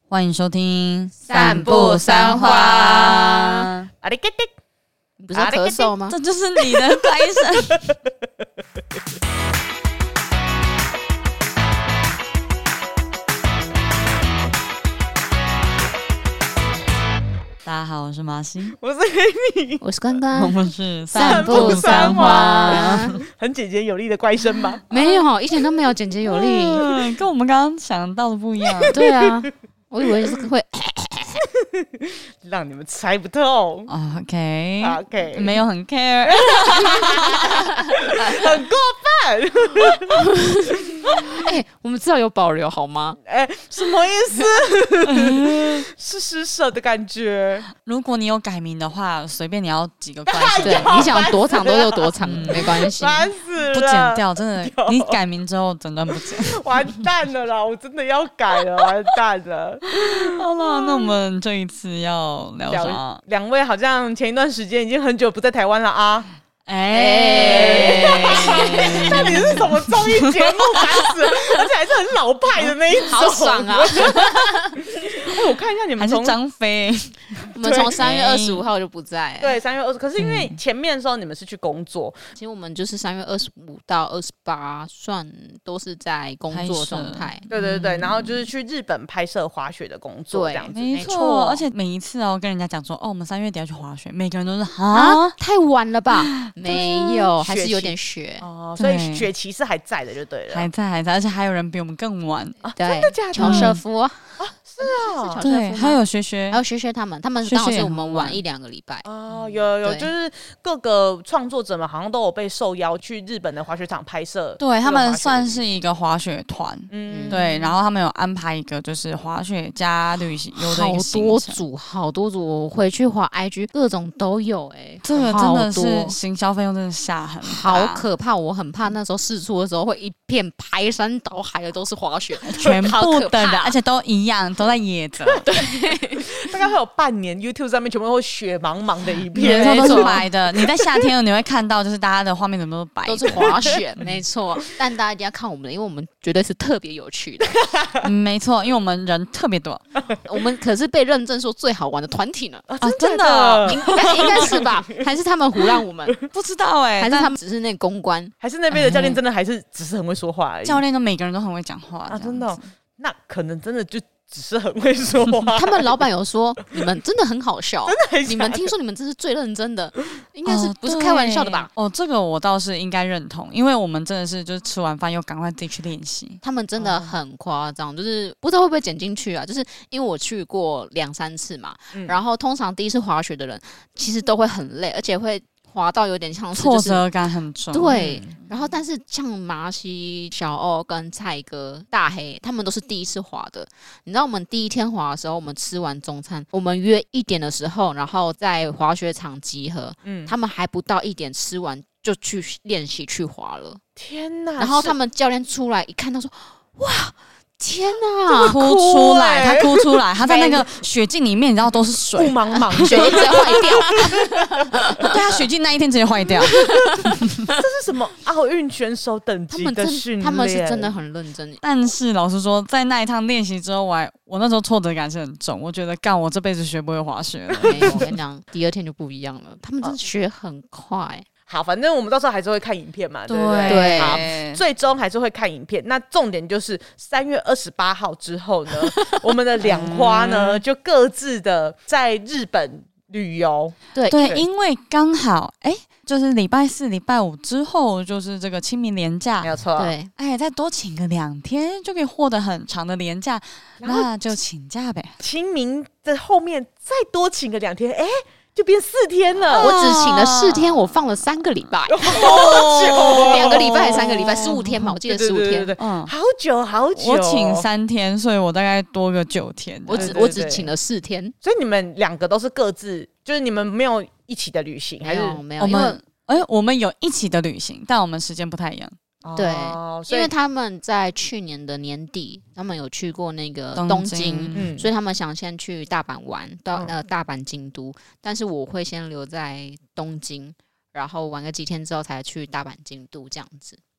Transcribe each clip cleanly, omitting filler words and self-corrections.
欢迎收听散步三花。 阿里嘎滴， 你不是咳嗽吗？ 这就是你的怪声。大家好，我是马西， 我是黑米， 我是关我关。 们是散步三花， 很简洁有力的怪声吧？ 没有，一点都没有简洁有力。 跟我们刚刚想到的不一样。 对啊，我以为是会让你们猜不透。 OK， OK， 没有很 care， 很过分。 我们至少有保留好吗？ 什么意思？是施舍的感觉。 如果你有改名的话，随便你要几个怪声， 对，你想多长都有多长，没关系。 烦死了， 不剪掉，真的，你改名之后整段不剪。 完蛋了啦！我真的要改了，完蛋了。 好了，那我们这一次要聊啥？ 两位好像前一段时间已经很久不在台湾了啊。到底是什么综艺节目？烦死了，而且还是很老派的那一种， 好爽啊！ 我看一下你们从还是张飞， 我们从3月25号就不在。 对3月20，可是因为前面的时候你们是去工作， 其实我们就是3月25到28，算都是在工作状态。 对对对，然后就是去日本拍摄滑雪的工作，这样子， 没错错。而且每一次跟人家讲说，我们3月底要去滑雪，每个人都是太晚了吧？没有，还是有点雪哦，所以雪期是还在的，就对了， 还在，而且还有人比我们更晚啊！ 对， 真的假的？ 乔瑟夫是啊， 对，还有学， 还有学他们刚好是我们晚1-2个礼拜哦，有，就是各个创作者们好像都有被受邀去日本的滑雪场拍摄， 对他们算是一个滑雪团，对， 嗯然后他们有安排一个就是滑雪加旅行游的一个行程， 好多组，我回去滑 IG 各种都有这个真的是行销费用真的下很大， 好可怕，我很怕那时候试出的时候会一片排山倒海的都是滑雪， 全部的人，而且都一样，都在野着， 对，大概会有半年 YouTube 上面全部会雪茫茫的一片， 没错，都是白的。你在夏天你会看到，就是大家的画面怎么都是白的， 都是滑雪，没错。但大家一定要看我们的，因为我们绝对是特别有趣的， 没错，因为我们人特别多， 我们可是被认证说最好玩的团体呢。 真的， 应该是吧？还是他们唬烂我们？ 不知道还是他们只是那个公关？ 还是那边的教练真的还是只是很会说话而已？ 教练都每个人都很会讲话啊，真的，那可能真的就只是很会说话。 他们老板有说你们真的很好笑， 真的， 你们听说你们这是最认真的，应该是不是开玩笑的吧？ 这个我倒是应该认同，因为我们真的是就是吃完饭又赶快自己去练习。 他们真的很夸张，就是不知道会不会剪进去啊？就是因为我去过2-3次嘛，然后通常第一次滑雪的人其实都会很累，而且会滑到有点像是挫折感很重， 对。然后但是像麻西、小欧跟蔡哥、大黑，他们都是第一次滑的。你知道我们第一天滑的时候，我们吃完中餐，我们约1点的时候，然后在滑雪场集合，他们还不到1点吃完就去练习去滑了。 天哪！ 然后他们教练出来一看，他说：“哇！”天哪， 哭出来，他哭出来，他在那个雪镜里面，你知道都是水， 雾茫茫， 雪镜直接坏掉。 对啊，雪镜那一天直接坏掉。 这是什么奥运选手等级的训练？ 他们是真的很认真。 但是老实说，在那一趟练习之后，我那时候挫折感是很重，我觉得我这辈子学不会滑雪了。 没有，我跟你讲，第2天就不一样了，他们真的学很快。 好，反正我们到时候还是会看影片嘛，对不对？ 对，好，最终还是会看影片。那重点就是3月28号之后呢，我们的两花呢就各自的在日本旅游。 对，因为刚好就是礼拜4、礼拜5之后就是这个清明连假， 没有错。 对， 再多请个2天就可以获得很长的连假，那就请假呗。 清明的后面再多请个2天，就变4天了。 我只请了4天，我放了3个礼拜， 好久 ，2个礼拜还是3个礼拜，15天嘛，我记得15天， 对，好久。 我请3天，所以我大概多个9天。 我只请了4天， 所以你们2个都是各自，就是你们没有一起的旅行，还是没有？ 我们有一起的旅行，但我们时间不太一样。 对，因为他们在去年的年底，他们有去过那个东京，所以他们想先去大阪玩，到大阪、京都。但是我会先留在东京，然后玩个几天之后才去大阪、京都这样子。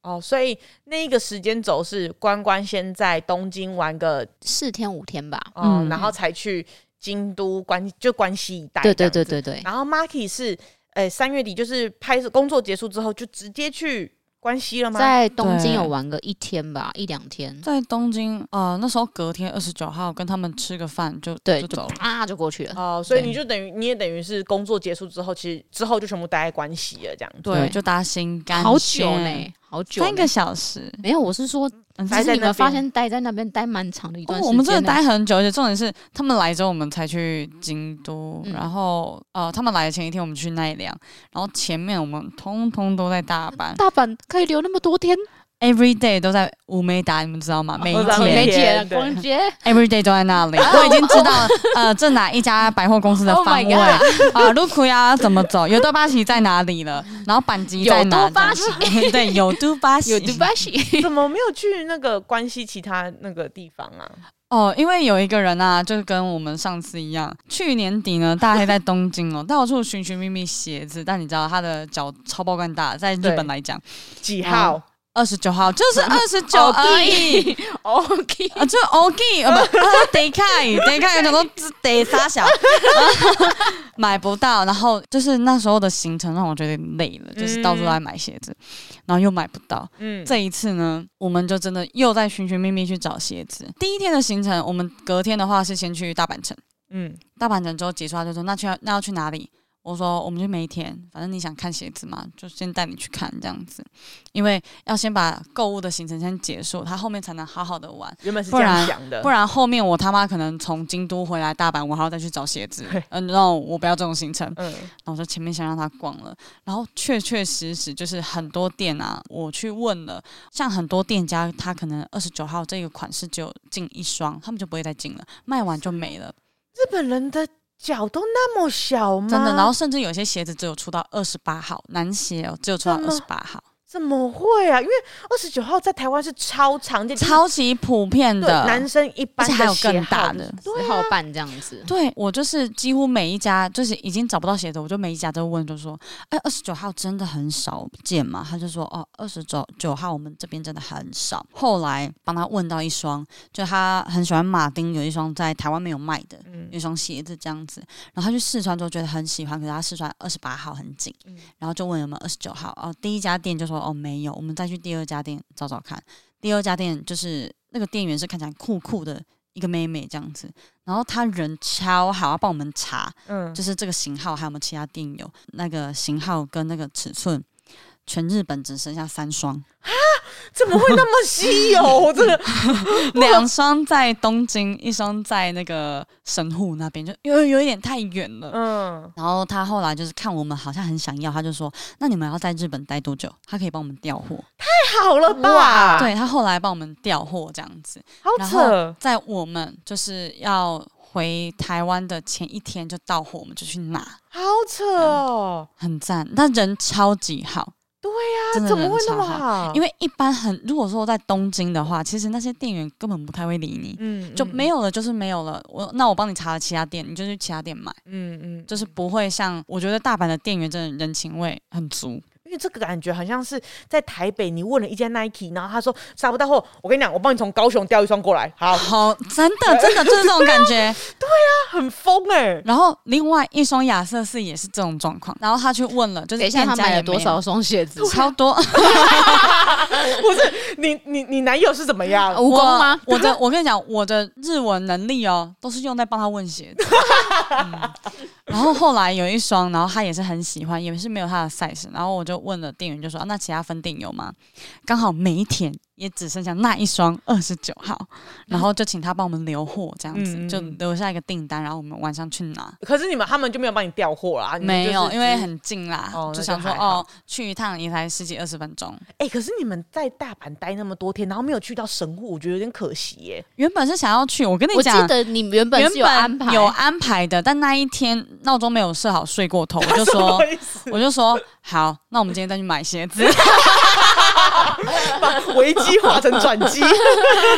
哦，所以那一个时间轴是关关先在东京玩个 4天5天吧。 然后才去京都关西一带。 对。 然后 Maki 是3月底就是拍摄工作结束之后就直接去关西了吗？ 在东京有玩个1天吧，1-2天。 在东京那时候隔天29号跟他们吃个饭就走了啊，就过去了。 哦，所以你也等于是工作结束之后，其实之后就全部待在关西了这样子。 对，就搭新干线好久呢，好久 3个小时。 没有，我是说，其实你们发现待在那边待蛮长的一段时间。 我们真的待很久，而且重点是他们来之后我们才去京都，然后他们来的前一天我们去奈良，然后前面我们通通都在大阪。 大阪可以留那么多天 ？Every day 都在五美达，你们知道吗？每一天逛街 ，Every day 都在那里。我已经知道这哪一家百货公司的方位路库要怎么走，有多巴西在哪里了，然后阪急在哪？ 有多巴西对，有都巴西， 有都巴西。 怎么没有去那个关西其他那个地方啊？ 因为有一个人啊，就跟我们上次一样，去年底呢，大黑在东京到处寻寻觅觅鞋子，但你知道他的脚超爆干大，在日本来讲， 几号 ？29号，就是29而已。 OK， 就 OK， 得看，想说得傻小，买不到。然后就是那时候的行程让我觉得累了，就是到处都在买鞋子，然后又买不到。这一次呢，我们就真的又在寻寻觅觅去找鞋子。第一天的行程，我们隔天的话是先去大阪城。大阪城之后结束，他就说那要去哪里？我说我们去梅田，反正你想看鞋子嘛，就先带你去看这样子，因为要先把购物的行程先结束，他后面才能好好的玩。 原本是这样想的， 不然后面我他妈可能从京都回来大阪，我还要再去找鞋子。然后我不要这种行程。然后我就前面先让他逛了，然后确实就是很多店啊，我去问了，像很多店家他可能29号这个款式只有进1双，他们就不会再进了，卖完就没了。 日本人的脚都那么小吗？ 真的，然后甚至有些鞋子只有出到28号，男鞋只有出到28号。 怎么会啊？因为29号在台湾是超常见、 超级普遍的， 男生一般的还有更大的 10号半这样子。 对，我就是几乎每一家就是已经找不到鞋子，我就每一家都问，就说29号真的很少见嘛？他就说29号我们这边真的很少。后来帮他问到一双，就他很喜欢马丁，有一双在台湾没有卖的，有一双鞋子这样子，然后他去试穿之后觉得很喜欢，可是他试穿28号很紧，然后就问有没有29号。第一家店就说没有，我们再去第2家店找找看。第2家店就是那个店员是看起来酷酷的一个妹妹这样子，然后她人超好，要帮我们查，就是这个型号还有没有其他店有那个型号跟那个尺寸，全日本只剩下3双。 怎么会那么稀有？这个 2双在东京，1双在那个神户那边，就有一点太远了。然后他后来就是看我们好像很想要，他就说：“那你们要在日本待多久？他可以帮我们调货。” 太好了吧？ 对，他后来帮我们调货这样子， 好扯。 然后在我们就是要回台湾的前一天就到货，我们就去拿。 好扯哦， 很赞，但人超级好。 对呀，怎么会那么好？ 因为一般如果说在东京的话，其实那些店员根本不太会理你，就没有了就是没有了。我帮你查了其他店，你就去其他店买，就是不会像我觉得大阪的店员真的人情味很足。 因为这个感觉好像是在台北，你问了一家 Nike， 然后他说查不到货，我跟你讲，我帮你从高雄调1双过来。好， 真的就是这种感觉。 对啊，很疯然后另外1双亚瑟士也是这种状况，然后他去问了，就是等一下他买了多少双鞋子？ 超多。 不是你男友是怎么样？ 蜈蚣吗？ 我跟你讲，我的日文能力都是用在帮他问鞋子。然后后来有1双，然后他也是很喜欢，也是没有他的 size， 然后我就问了店员，就说那其他分店有吗？刚好梅田也只剩下那1双29号，然后就请他帮我们留货，这样子就留下一个订单，然后我们晚上去拿。 可是他们就没有帮你调货啦？ 没有，因为很近啦，就想说去一趟也才10几20分钟。 可是你们在大阪待那么多天，然后没有去到神户，我觉得有点可惜耶。 原本是想要去，我跟你讲， 我记得你原本是有安排的，但那一天闹钟没有设好，睡过头，我就说好，那我们今天再去买鞋子。 把危机化成转机。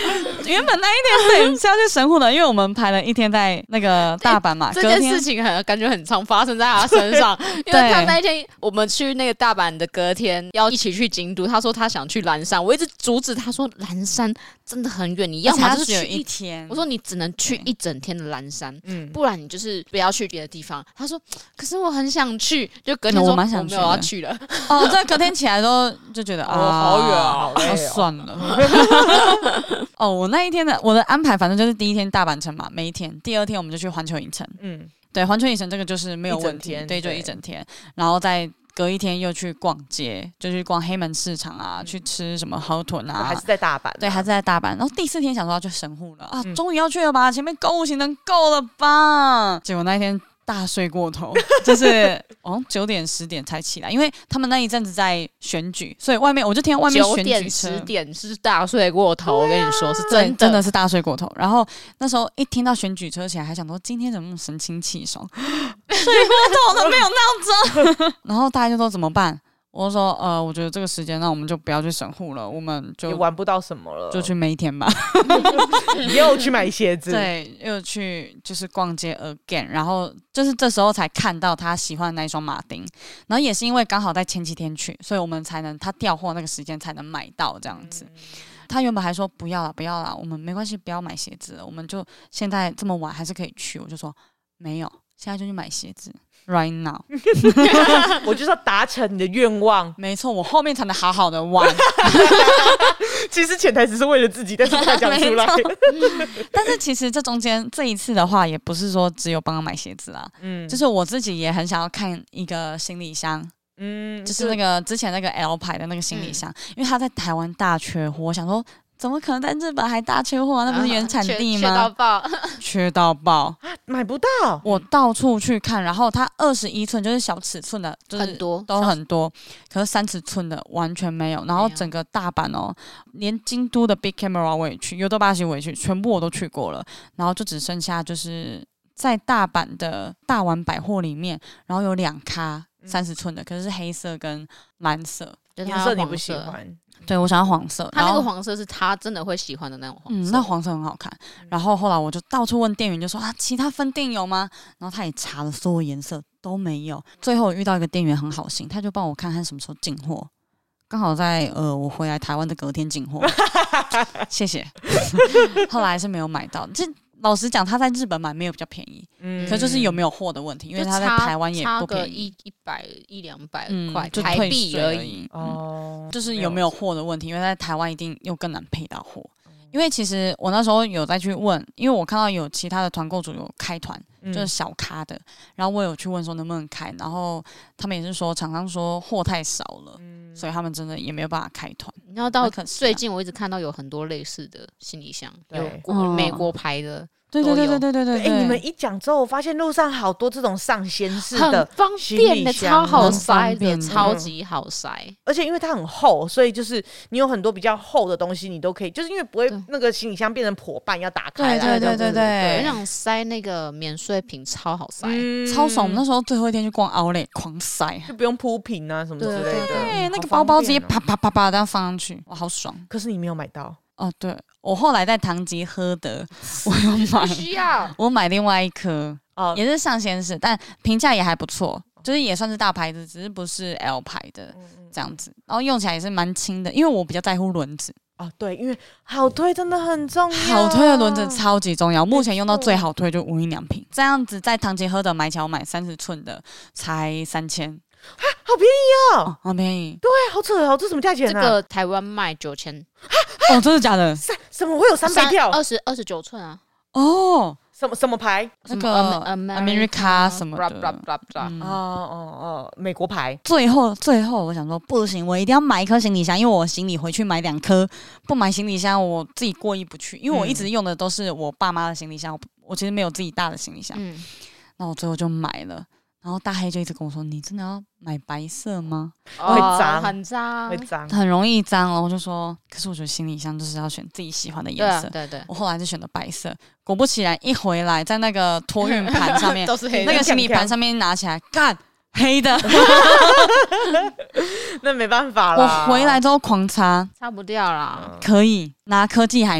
原本那一天对是要去神户的，因为我们排了一天在那个大阪嘛， 这件隔天事情感觉很常发生在他身上，因为他那一天我们去那个大阪的隔天要一起去京都，他说他想去岚山，我一直阻止他说岚山真的很远，你要么就是去只有一天， 我说你只能去一整天的岚山， 嗯， 不然你就是不要去别的地方。他说可是我很想去，就隔天说我蛮想没有去的要去了。 哦，这隔天起来都就觉得好远啊，好累哦算了。哦，我那一天的我的安排，反正就是第一天大阪城嘛，每一天；第二天我们就去环球影城。 嗯， 对，环球影城这个就是没有问题， 一整天对，就对一整天，然后再隔一天又去逛街，就去逛黑门市场啊，去吃什么河豚啊， 还是在大阪， 对，还是在大阪。然后第4天想说要去神户了啊， 嗯终于要去了吧？前面购物行程够了吧？结果那一天大睡过头，就是9点10点才起来，因为他们那一阵子在选举，所以外面我就听到外面 9点选举车 10。点是大睡过头，我跟你说是对， 真的， 真的是大睡过头。然后那时候一听到选举车起来，还想说今天怎么那么神清气爽，睡过头都没有闹钟。然后大家就说怎么办？我就说我觉得这个时间，那我们就不要去神户了，我们也就玩不到什么了， 就去每一天吧。 又去买鞋子，， 对，又去就是逛街 again，然后就是这时候才看到他喜欢的那一双马丁，然后也是因为刚好在前几天去，所以我们才能他调货那个时间才能买到这样子。他原本还说不要啦，不要啦，我们没关系，不要买鞋子了，我们就现在这么晚还是可以去。我就说没有，现在就去买鞋子 ，right now。 我就是要达成你的愿望。 没错，我后面才能好好的玩。 其实潜台词是为了自己，但是不敢讲出来。 但是其实这中间这一次的话，也不是说只有帮他买鞋子啦，就是我自己也很想要看一个行李箱。就是那个之前那个 L 牌的那个行李箱，因为他在台湾大缺货，我想说怎么可能在日本还大缺货啊？那不是原产地缺到吗？ 爆， 缺到爆， 买不到， 我到处去看，然后它21寸就是小尺寸的，就是很多都很多，可是30寸的完全没有。然后整个大阪哦，连京都的 Big Camera 我也去，尤多巴西我也去，全部我都去过了，然后就只剩下就是在大阪的大丸百货里面，然后有2咖30寸的，可是是黑色跟蓝色。 就是颜色你不喜欢， 对，我想要黄色。 他那然后个黄色是他真的会喜欢的那种黄色， 那黄色很好看。然后后来我就到处问店员，就说啊，其他分店有吗？然后他也查了所有颜色都没有。最后我遇到一个店员很好心，他就帮我看看什么时候进货，刚好在我回来台湾的隔天进货，谢谢。后来还是没有买到。这老实讲，他在日本买没有比较便宜，可就是有没有货的问题，因为他在台湾也不便宜， 差个100-200块就台退税币而已。 而已。 哦， 就是有没有货的问题，因为在台湾一定又更难配到货。因为其实我那时候有再去问，因为我看到有其他的团购组有开团，就是小咖的，然后我有去问说能不能开，然后他们也是说厂商说货太少了，所以他们真的也没有办法开团。 你知道到很可惜啊最近我一直看到有很多类似的行李箱， 对有美国牌的， 对对对对对对对哎，你们一讲之后，我发现路上好多这种上掀式的很方便的，超好很塞的， 方便的超级好塞。 而且因为它很厚，所以就是你有很多比较厚的东西，你都可以，就是因为不会那个行李箱变成破半要打开来。 对对对对对我想塞那个免税品超好塞， 超爽。我们那时候最后一天去逛 Outlet 狂塞， 就不用铺平啊什么之类的。 对，那个好方便哦包包直接啪啪啪啪这样放上去，哇，好爽。 可是你没有买到， 哦，对我后来在唐吉诃德，我有买， 需要。 我买另外一颗， 哦也是上仙式，但评价也还不错，就是也算是大牌子，只是不是 L 牌的这样子。然后用起来也是蛮轻的，因为我比较在乎轮子， 哦，对，因为好推真的很重要， 好推的轮子超级重要。目前用到最好推就无印良品，这样子在唐吉诃德买起来，我买30寸的才3000， 好便宜哦， 好便宜对，好扯哦，这什么价钱这啊？ 个台湾卖9000， 哦，真的假的？ 怎么会有3倍票？ 29寸啊， 哦， 什么牌？ 那个 America 什么的。 美国牌。 最后，我想说不行，我一定要买一颗行李箱，因为我行李回去买2颗，不买行李箱我自己过意不去，因为我一直用的都是我爸妈的行李箱，我其实没有自己大的行李箱。那我最后就买了，然后大黑就一直跟我说：“你真的要买白色吗？ 会脏很脏， 会脏。 很容易脏。”然后我就说：“可是我觉得行李箱就是要选自己喜欢的颜色。” 对对， 我后来就选了白色。果不其然，一回来在那个托运盘上面， 都是黑的那个行李盘上面拿起来，干黑的。 那没办法啦。 我回来之后狂擦， 擦不掉啦。 可以拿科技海绵，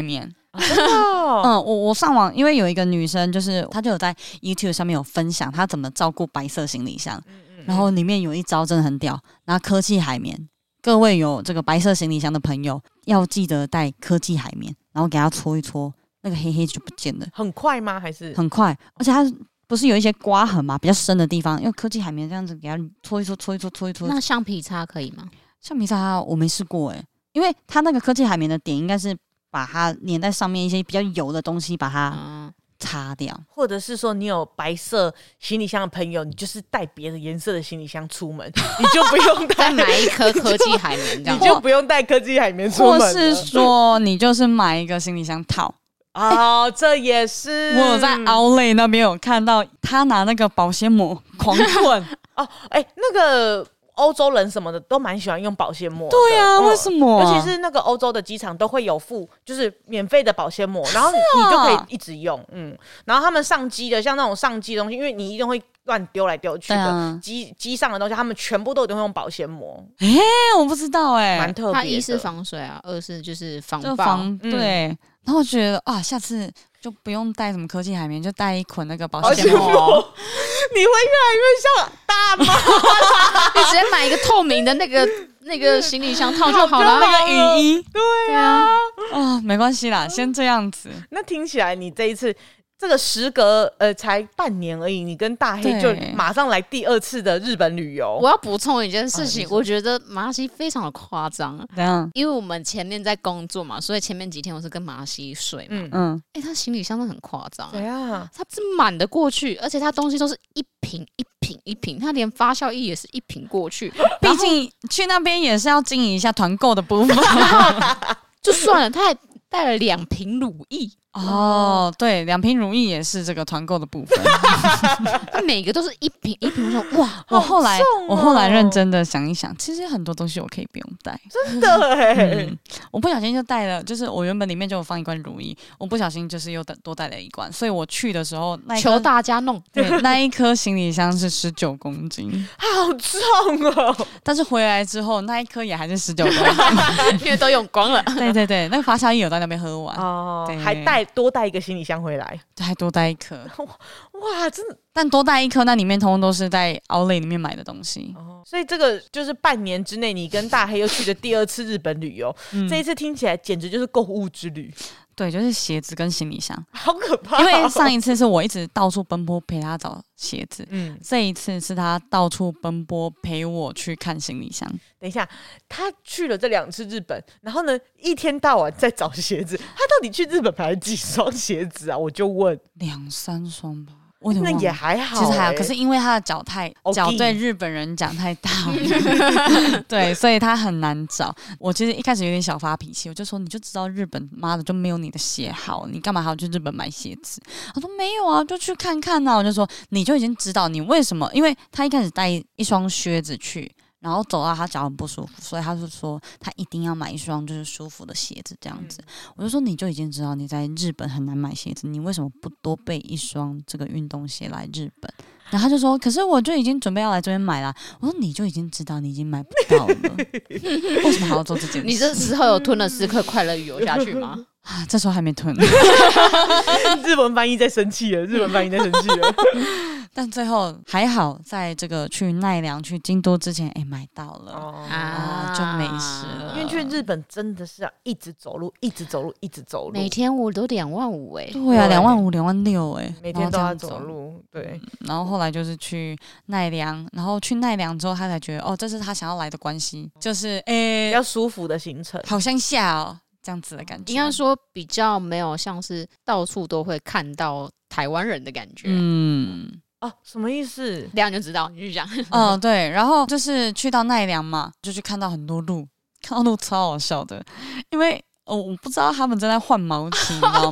真的哦我上网，因为有一个女生，就是她就有在 YouTube 上面有分享她怎么照顾白色行李箱，然后里面有一招真的很屌，拿科技海绵。各位有这个白色行李箱的朋友，要记得带科技海绵，然后给它搓一搓，那个黑黑就不见了。 很快吗？还是很快？而且它不是有一些刮痕嘛，比较深的地方，用科技海绵这样子给它搓一搓，搓一搓，搓一搓。 那橡皮擦可以吗？ 橡皮擦我没试过因为它那个科技海绵的点应该是把它粘在上面一些比较油的东西，把它擦掉。 或者是说你有白色行李箱的朋友，你就是带别的颜色的行李箱出门，你就不用带再买一颗科技海绵，这样你就不用带科技海绵出门了。 或是说你就是买一个行李箱套。 这也是。 我有在 Outlet 那边有看到他拿那个保鲜膜狂滚。 那个欧洲人什么的都蛮喜欢用保鲜膜的。 对啊，为什么？ 尤其是那个欧洲的机场都会有附就是免费的保鲜膜，然后你就可以一直用。然后他们上机的，像那种上机的东西，因为你一定会乱丢来丢去的，机上的东西，他们全部都一定会用保鲜膜。 我不知道蛮特别的。 它一是防水啊，二是就是防爆。 对。然后我觉得下次就不用带什么科技海绵，就带一捆那个保鲜膜。你会越来越像大妈啦。 你直接买一个透明的那个行李箱套就好了， 那个雨衣。 对啊。 没关系啦，先这样子。 那听起来你这一次这个时隔才半年而已，你跟大黑就马上来第2次的日本旅游。 我要补充一件事情，我觉得马西非常的夸张。 怎样？ 因为我们前面在工作嘛，所以前面几天我是跟马西睡嘛。他行李箱都很夸张。 对啊， 他是满的过去，而且他东西都是一瓶一瓶一瓶，他连发酵液也是一瓶过去。 毕竟去那边也是要经营一下团购的部分。 就算了，他还带了2瓶乳液。 对，2瓶乳液也是这个团购的部分。 每个都是一瓶一瓶。我说哇， 我后来认真的想一想，其实很多东西我可以不用带， 真的我不小心就带了，就是我原本里面就有放一罐乳液，我不小心就是又多带了1罐，所以我去的时候求大家弄。 对，那一颗行李箱是19公斤， 好重哦！ 但是回来之后那一颗也还是19公斤， 因为都用光了。 对，那个发酵液有在那边喝完还多带一个行李箱回来， 还多带1颗。 哇，真的！ 但多带1颗，那里面通通都是在 Outlet 里面买的东西。 所以这个就是半年之内，你跟大黑又去了第2次日本旅游。这一次听起来简直就是购物之旅。 对，就是鞋子跟行李箱， 好可怕因为上一次是我一直到处奔波陪他找鞋子，这一次是他到处奔波陪我去看行李箱。 等一下，他去了这2次日本，然后呢，一天到晚在找鞋子。他到底去日本买了几双鞋子啊？我就问 ，2-3双吧。 那也还好， 其实还好，可是因为他的脚对日本人讲太大了，对，所以他很难找。我其实一开始有点小发脾气，我就说你就知道日本妈的就没有你的鞋好，你干嘛还要去日本买鞋子？他说没有啊，就去看看啊。我就说你就已经知道你为什么，因为他一开始带一双靴子去。然后走到他脚很不舒服，所以他就说他一定要买一双就是舒服的鞋子这样子。我就说你就已经知道你在日本很难买鞋子，你为什么不多备一双这个运动鞋来日本？然后他就说可是我就已经准备要来这边买啦。我说你就已经知道你已经买不到了，为什么还要做这件事？ 你这时候有吞了4颗快乐鱼油下去吗？ 这时候还没吞。 日文翻译在生气了， 但最后还好，在这个去奈良、去京都之前，买到了就没事了。 因为去日本真的是要一直走路，一直走路，一直走路， 每天我都25000 对啊，25000、26000 每天都要走路。对， 然后后来就是去奈良，然后去奈良之后，他才觉得这是他想要来的关系，就是比较舒服的行程， 好乡下这样子的感觉。 应该说比较没有像是到处都会看到台湾人的感觉。 什么意思？ 这样就知道，你就讲。 对，然后就是去到奈良嘛，就去看到很多鹿，看到鹿超好笑的，因为我不知道他们正在换毛期，你知道吗？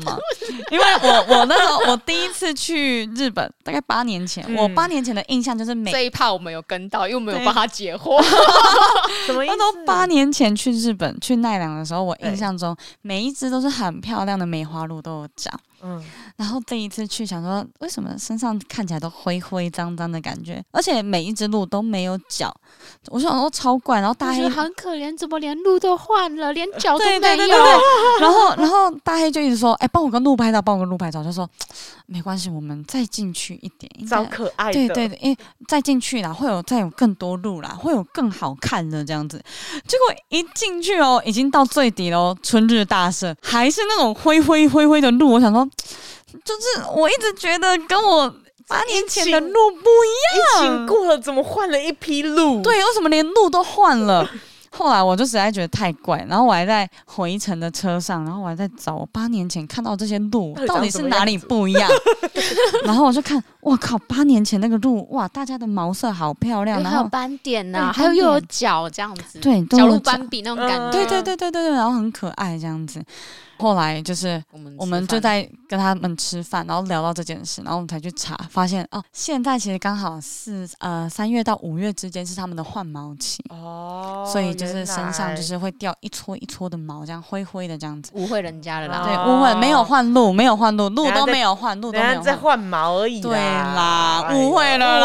因为我那时候我第一次去日本，大概8年前，我8年前的印象就是这一趴我们有跟到，因为我们有帮他解惑。 什么意思？ 那都8年前去日本去奈良的时候，我印象中每一只都是很漂亮的梅花鹿都有长。然后这一次去想说，为什么身上看起来都灰灰脏脏的感觉，而且每一只鹿都没有脚，我想说超怪。然后大黑很可怜，怎么连鹿都换了，连脚都没有？ 对。然后大黑就一直说，帮我跟鹿拍照，帮我跟鹿拍照，就说没关系，我们再进去一点， 找可爱的。 对，因为再进去啦，再有更多鹿啦，会有更好看的这样子。结果一进去哦，已经到最底了，春日大社还是那种灰灰的鹿，我想说。就是我一直觉得跟我8年前的鹿不一样， 疫情过了怎么换了一批鹿？ 对，为什么连鹿都换了？后来我就实在觉得太怪，然后我还在回程的车上，然后我还在找我8年前看到这些鹿到底是哪里不一样。然后我就看，哇靠，8年前那个鹿，哇，大家的毛色好漂亮，然后还有斑点呐，还有又有角这样子， 对， 角鹿斑比那种感觉， 对，然后很可爱这样子。后来就是我们就在跟他们吃饭，然后聊到这件事，然后我们才去查，发现哦，现在其实刚好是3月到5月之间是他们的换毛期哦，所以就是身上就是会掉一撮一撮的毛，这样灰灰的这样子， 误会人家了啦。 对，误会，没有换鹿，鹿都没有换，鹿都没有换， 在换毛而已。 对啦，误会了，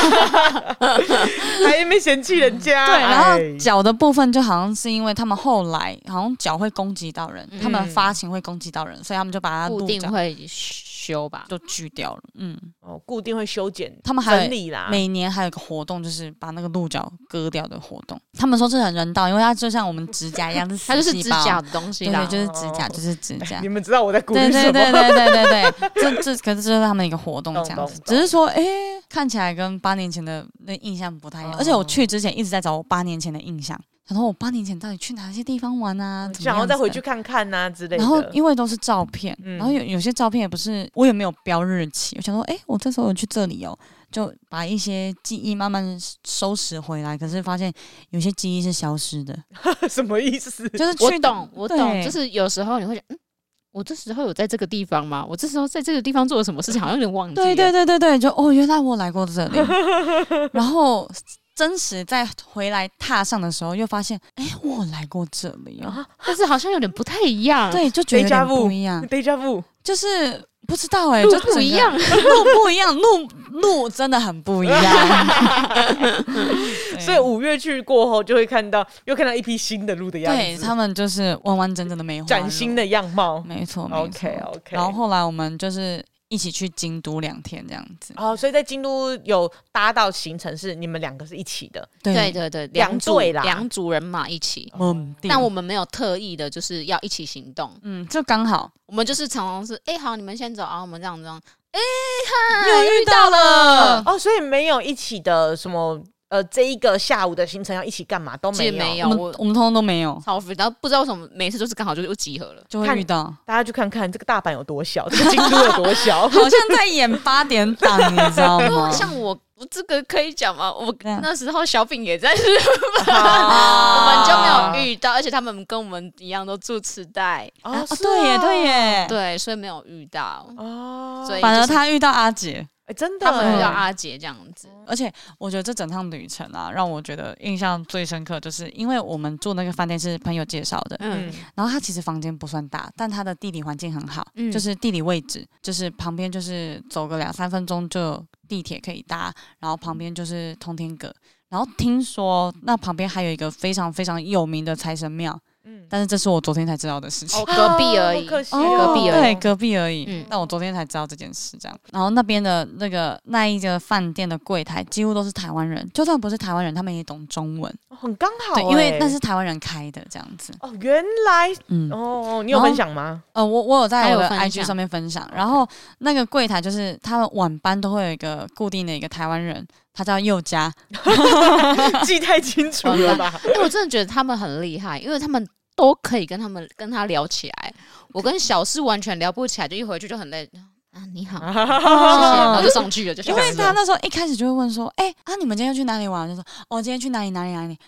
还没嫌弃人家。 对，然后脚的部分就好像是因为他们后来好像脚会攻击到人，他们发情会攻击到人，所以他们就把它固定会修吧， 就锯掉了。 固定会修剪， 他们还整理啦。 每年还有一个活动，就是把那个鹿角割掉的活动。他们说这很人道，因为它就像我们指甲一样， 它就是指甲的东西啦， 对，就是指甲，就是指甲。 你们知道我在鼓励什么？ 对，这可是这是他们一个活动这样子。只是说，看起来跟8年前的那印象不太一样。而且我去之前一直在找我8年前的印象。然后我8年前到底去哪些地方玩啊？ 想要再回去看看啊之类的。 然后因为都是照片，然后有些照片也不是我也没有标日期，我想说，我这时候有去这里哦，就把一些记忆慢慢收拾回来。可是发现有些记忆是消失的， 什么意思？ 就是我懂，就是有时候你会想，我这时候有在这个地方吗？我这时候在这个地方做了什么事情，好像有点忘记了。 对，就原来我来过这里，然后。真实再回来踏上的时候，又发现，我来过这里啊， 但是好像有点不太一样。 对，就觉得有点不一样。 Deja vu， 就是不知道就不一样， 路不一样，路真的很不一样。 所以5月去过后，就会又看到一批新的鹿的样子。 对， 他们就是完完整整的梅花鹿， 崭新的样貌。 没错。 OK。 然后后来我们就是一起去京都2天这样子。 所以在京都有搭到行程是你们2个是一起的。 对， 两队啦 ，2组人马一起。但我们没有特意的就是要一起行动。 就刚好我们就是常常是好，你们先走啊，我们这样又遇到了所以没有一起的什么这一个下午的行程要一起干嘛都没有， 我们通通都没有。 然后不知道为什么每次就是刚好就集合了， 就会遇到。 大家去看看这个大阪有多小，这个京都有多小， 好像在演8点档，你知道吗？ 像我这个可以讲吗？我那时候小饼也在日本，我们就没有遇到，而且他们跟我们一样都住池袋。 对耶， 对，所以没有遇到。所以反而他遇到阿杰。 真的， 他们叫阿杰这样子。 而且我觉得这整趟旅程啊，让我觉得印象最深刻，就是因为我们住那个饭店是朋友介绍的，然后他其实房间不算大，但他的地理环境很好，就是地理位置，就是旁边就是走个2-3分钟就有地铁可以搭，然后旁边就是通天阁，然后听说那旁边还有一个非常非常有名的财神庙。但是这是我昨天才知道的事情。 隔壁而已， 隔壁而已。但我昨天才知道这件事，这样。然后那边的那一个饭店的柜台几乎都是台湾人，就算不是台湾人，他们也懂中文， 很刚好。 对，因为那是台湾人开的，这样子。 原来，你有分享吗？ 我有在我的 IG 上面分享。然后那个柜台就是他们晚班都会有一个固定的一个台湾人。他叫佑嘉， 记太清楚了吧？ 因为我真的觉得他们很厉害，因为他们都可以跟他聊起来。我跟小诗完全聊不起来，就一回去就很累。你好，谢谢，然后就上去了。就因为他那时候一开始就会问说，你们今天要去哪里玩？就说今天去哪里。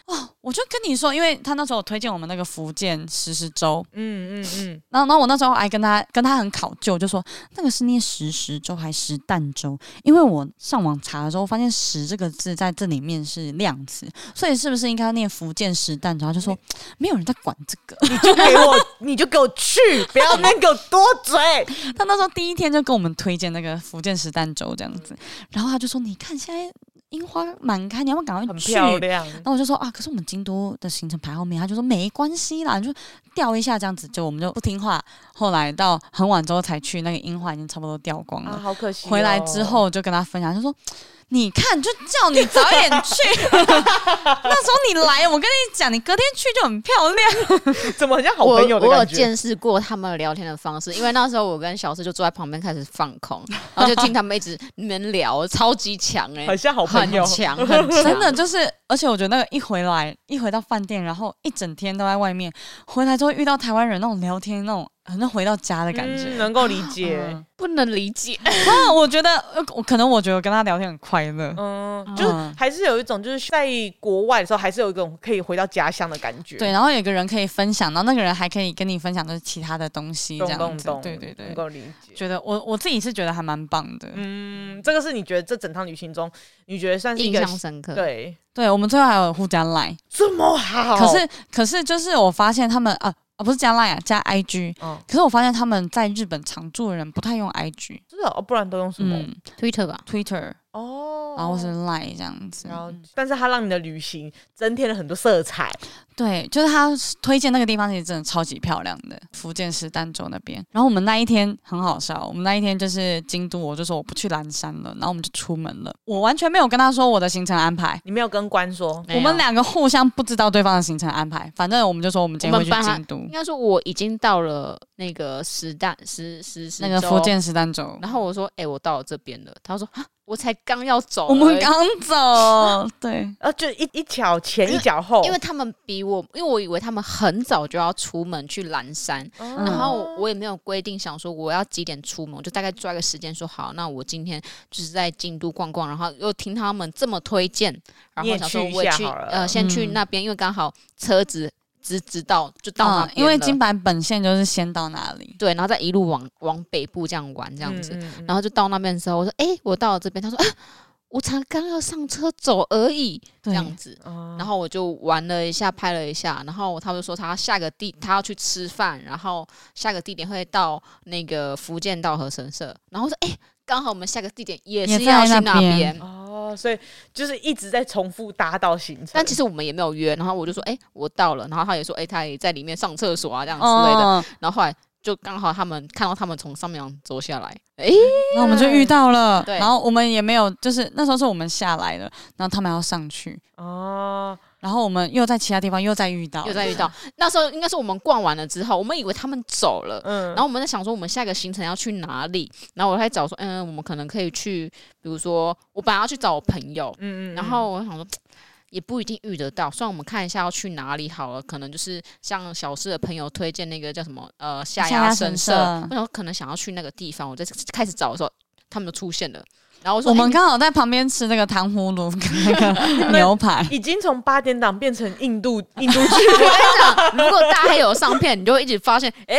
我就跟你说，因为他那时候有推荐我们那个福建时粥，然后我那时候还跟他很考究，就说那个是念时粥还是蛋粥？因为我上网查的时候发现时这个字在这里面是量词，所以是不是应该要念福建时蛋粥？他就说没有人在管这个， 你就给我去，不要那个多嘴。 他那时候第一天就跟我们推荐那个福建时蛋粥这样子，然后他就说你看现在樱花满开，你要不要赶快去？ 很漂亮。 然后我就说啊，可是我们京都的行程排后面，他就说没关系啦，你就掉一下这样子，就我们就不听话。后来到很晚之后才去，那个樱花已经差不多掉光了， 好可惜。 回来之后就跟他分享，就说。你看，就叫你早一点去。那时候你来，我跟你讲，你隔天去就很漂亮。 怎么很像好朋友的感觉？ 我有见识过他们聊天的方式，因为那时候我跟小四就坐在旁边开始放空，然后就听他们一直能聊，超级强很像好朋友， 很强， 真的就是，而且我觉得那个一回到饭店，然后一整天都在外面，回来之后遇到台湾人那种聊天那种。好像回到家的感觉， 能够理解， 不能理解。 我觉得，我觉得我跟他聊天很快乐， 就是还是有一种就是在国外的时候，还是有一种可以回到家乡的感觉。 对，然后有个人可以分享，然后那个人还可以跟你分享就是其他的东西，这样子。对， 能够理解。 觉得我自己是觉得还蛮棒的。 这个是你觉得这整趟旅行中，你觉得算是一个印象深刻？ 对，我们最后还有互加 LINE， 这么好。 可是就是我发现他们不是加 LINE 加 IG，可是我发现他们在日本常住的人不太用 IG， 真的不然都用什么 ？Twitter 吧 ，Twitter 然后是 LINE 这样子。 但是他让你的旅行增添了很多色彩。 对，就是他推荐那个地方，其实真的超级漂亮的，福建时儋州那边。然后我们那一天很好笑，我们那一天就是京都，我就说我不去岚山了，然后我们就出门了。我完全没有跟他说我的行程安排， 你没有跟关说， 我们两个互相不知道对方的行程安排，反正我们就说我们今天会去京都。 应该说我已经到了那个那个福建时儋州， 然后我说我到了这边了，他说我才刚要走， 我们刚走，对， 就一脚前一脚后， 因为他们因为我以为他们很早就要出门去岚山，然后我也没有规定想说我要几点出门，我就大概抓个时间说好，那我今天就是在京都逛逛，然后又听他们这么推荐，然后想说我也去先去那边，因为刚好车子直到就到那边了， 因为金板本线就是先到哪里， 对，然后再一路往北部这样玩这样子，然后就到那边的时候，我说我到了这边，他说我才刚要上车走而已，这样子，然后我就玩了一下，拍了一下，然后他就说他要去吃饭，然后下个地点会到那个福建道和神社，然后我说刚好我们下个地点也是要去那边所以就是一直在重复搭到行程， 但其实我们也没有约，然后我就说我到了，然后他也说他也在里面上厕所啊这样之类的，然后后来就刚好他们看到他们从上面走下来， 然后我们就遇到了， 对， 然后我们也没有，就是那时候是我们下来了，然后他们要上去然后我们又在其他地方又再遇到， 那时候应该是我们逛完了之后，我们以为他们走了，然后我们在想说我们下一个行程要去哪里，然后我在找说，我们可能可以去，比如说我本来要去找我朋友，然后我想说也不一定遇得到，虽然我们看一下要去哪里好了，可能就是像小四的朋友推荐那个叫什么下鸭神社，我想可能想要去那个地方，我在开始找的时候，他们就出现了。然后我们刚好在旁边吃那个糖葫芦跟那个牛排， 已经从8点档变成印度剧。我跟你讲，如果大黑有上片，你就会一直发现， 你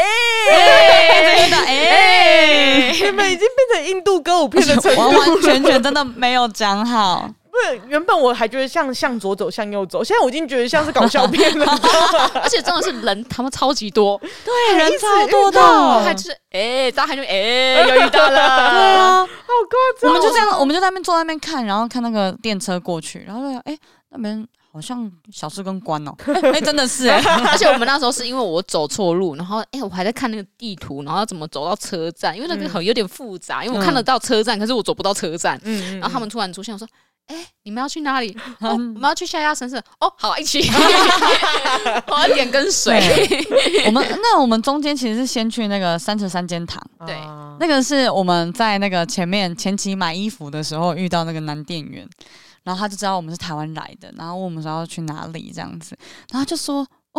们已经变成印度歌舞片的程度， 完完全全真的没有讲好。 不是，原本我还觉得向左走向右走，现在我已经觉得像是搞笑片了， 而且真的是人，他们超级多， 对，人超多的， 还就是大家就又遇到了， 对啊，好夸张。 我们就这样，我们就在那边坐在那边看，然后看那个电车过去，然后就那边好像小四跟关真的是而且我们那时候是因为我走错路，然后我还在看那个地图，然后要怎么走到车站，因为那个有点复杂，因为我看得到车站，可是我走不到车站，然后他们突然出现，我说你们要去哪里？我们要去下鸭神社。好，一起。我要点根水。 我们中间其实是先去那个303间堂， 对， 那个是我们在那个前期买衣服的时候遇到那个男店员，然后他就知道我们是台湾来的，然后问我们说要去哪里这样子，然后他就说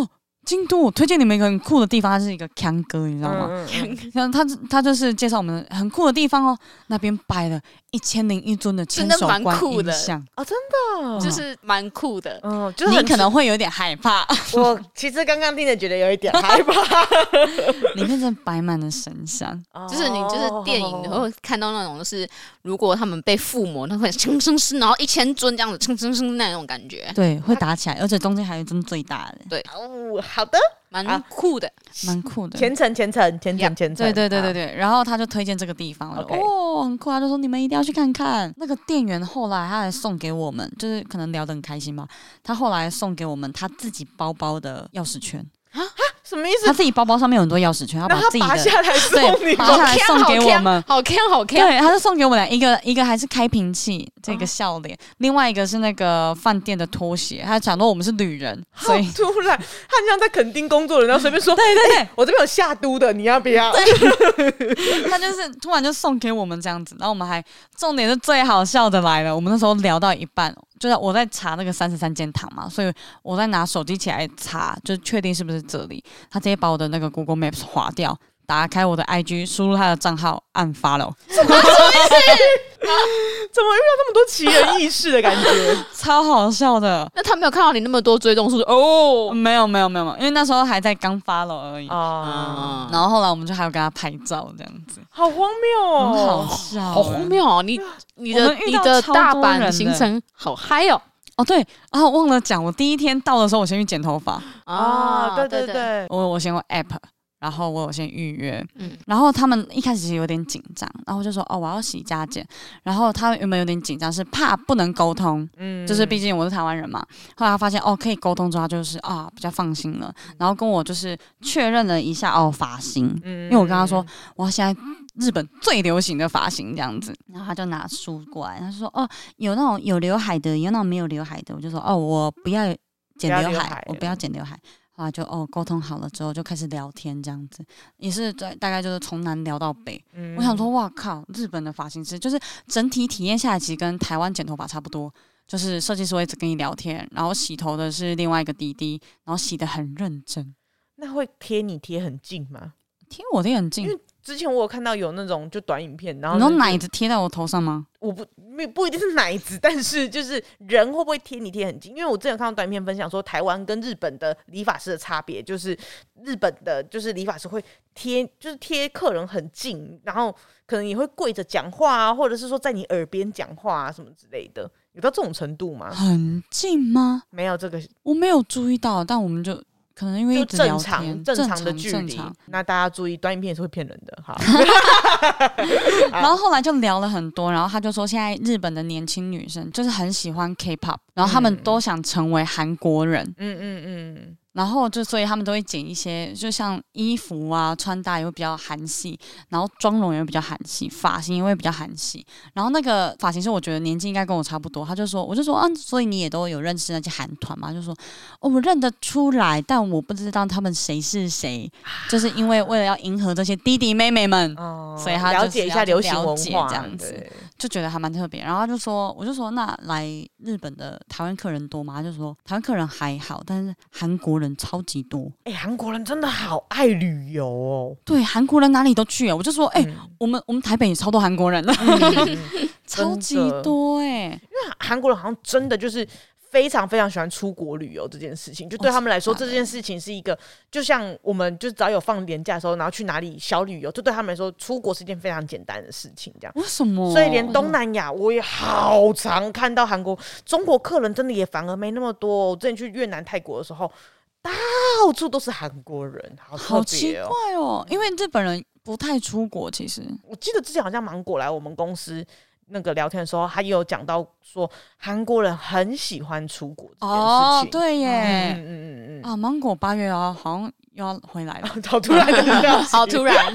京都，我推荐你们一个很酷的地方，它是一个锵哥，你知道吗？他就是介绍我们很酷的地方哦，那边摆了1001尊的千手观音像啊，真的， 就是蛮酷的。 就是你可能会有点害怕。 我其实刚刚听着觉得有一点害怕， 里面真的摆满了神像， 就是你就是电影你会看到那种，就是如果他们被附魔，那会生生生，然后1000尊这样子生生生那种感觉。 对，会打起来，而且中间还有一尊最大的。 对， 好的， 蛮酷的， 蛮酷的。 虔诚。 对。然后他就推荐这个地方了，很酷。他就说你们一定要去看看。那个店员后来他还送给我们，就是可能聊得很开心吧。他后来送给我们他自己包包的钥匙圈。 什么意思？ 他自己包包上面有很多钥匙圈，他把自己的拔下来送你， 拔下来送给我们， 好看。 对，他就送给我们俩一个还是开瓶器，这个笑脸，另外一个是那个饭店的拖鞋。他讲说我们是旅人，所以突然他很像在垦丁工作的人，然后随便说，对，我这边有下都的，你要不要？ 他就是突然就送给我们这样子，然后我们还重点是最好笑的来了，我们那时候聊到一半。就是我在查那个33间堂嘛，所以我在拿手机起来查，就确定是不是这里。他直接把我的那个 Google Maps 划掉，打开我的 IG， 输入他的账号，按 follow。 什么意思？怎么遇到那么多奇人异事的感觉？ 超好笑的。 那他没有看到你那么多追踪数哦？ 没有，因为那时候还在刚 follow 而已。然后后来我们就还有跟他拍照，这样子。 好荒谬哦， 很好笑， 好荒谬哦！你的大阪行程好嗨哦！ 哦对，然后忘了讲，我第一天到的时候，我先去剪头发对， 我先用 app。然后我有先预约，然后他们一开始其实有点紧张，然后我就说我要洗加剪，然后他原本有点紧张，是怕不能沟通，就是毕竟我是台湾人嘛。后来他发现可以沟通之后，他就是比较放心了，然后跟我就是确认了一下发型，因为我跟他说我现在日本最流行的发型这样子，然后他就拿书过来，他就说有那种有刘海的，有那种没有刘海的，我就说我不要剪刘海，我不要剪刘海。后来就沟通好了之后就开始聊天，这样子也是大概就是从南聊到北。我想说哇靠，日本的发型师就是整体体验下来其实跟台湾剪头发差不多，就是设计师会一直跟你聊天，然后洗头的是另外一个弟弟，然后洗得很认真。 那会贴很近吗？ 贴我贴很近， 因为之前我有看到有那种就短影片，然后你说奶子贴在我头上吗？ 我不一定是奶子，但是就是人会不会贴很近？因为我之前有看到短影片分享说，台湾跟日本的理发师的差别，就是日本的就是理发师会贴客人很近，然后可能也会跪着讲话啊，或者是说在你耳边讲话啊什么之类的，有到这种程度吗？ 很近吗？ 没有这个，我没有注意到，但我们就。可能因为一直聊天正常的距离，那大家注意，短影片也是会骗人的哈。 然后后来就聊了很多，然后他就说，现在日本的年轻女生就是很喜欢 K-pop， 然后他们都想成为韩国人。然后所以他们都会剪一些，就像衣服啊、穿搭也会比较韩系，然后妆容也会比较韩系，发型也会比较韩系。然后那个发型师我觉得年纪应该跟我差不多，我就说所以你也都有认识那些韩团吗？就说我认得出来，但我不知道他们谁是谁，就是因为为了要迎合这些弟弟妹妹们，所以他了解一下流行文化这样子，就觉得还蛮特别。然后我就说那来日本的台湾客人多吗？他就说台湾客人还好，但是韩国人超级多。 韩国人真的好爱旅游哦。 对，韩国人哪里都去。我就说我们台北也超多韩国人的，超级多因为韩国人好像真的就是非常非常喜欢出国旅游这件事情，就对他们来说，这件事情是一个，就像我们就只要有放年假的时候，然后去哪里小旅游，就对他们来说，出国是一件非常简单的事情。这样， 为什么？ 所以连东南亚我也好常看到韩国、中国客人，真的也反而没那么多。我之前去越南、泰国的时候，到处都是韩国人，好奇怪哦。因为日本人不太出国，其实我记得之前好像芒果来我们公司。那个聊天的时候，他也有讲到说，韩国人很喜欢出国这件事情。 对耶，芒果8月好像又要回来了， 好突然的好突然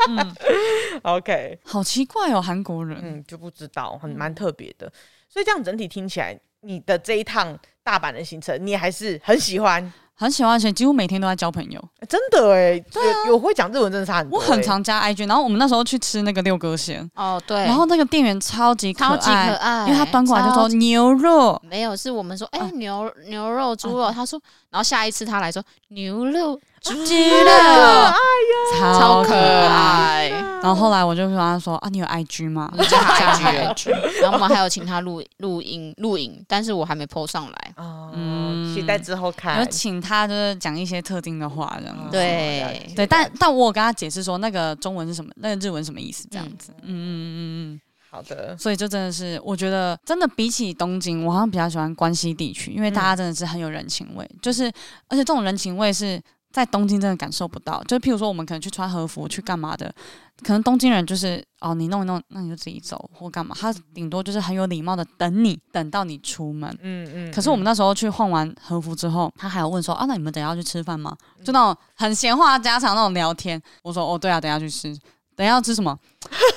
，OK， 好奇怪哦，韩国人， 就不知道，蛮特别的。所以这样整体听起来，你的这一趟大阪的行程，你还是很喜欢。 很喜欢，而且几乎每天都在交朋友。 真的哎，有会讲日文真的差很多。 我很常加 IG， 然后我们那时候去吃那个六哥鲜， 对， 然后那个店员超级可爱， 因为他端过来就说牛肉， 没有，是我们说牛肉、猪肉，他说，然后下一次他来说牛肉。猪肉， 超可爱。 然后后来我就跟他说你有 IG 吗？ 我就加他 IG， 然后我们还有请他录影，但是我还没 po 上来。 期待之后看。 有请他就是讲一些特定的话，这样子。 对， 但我有跟他解释说那个中文是什么，那个日文什么意思，这样子。 好的， 所以就真的是，我觉得真的比起东京，我好像比较喜欢关西地区，因为大家真的是很有人情味，就是而且这种人情味是在东京真的感受不到。就譬如说我们可能去穿和服去干嘛的，可能东京人就是你弄一弄，那你就自己走或干嘛，他顶多就是很有礼貌的等到你出门。可是我们那时候去换完和服之后，他还有问说那你们等一下要去吃饭吗？就那种很闲话家常那种聊天。我说对啊，等一下去吃。等一下要吃什么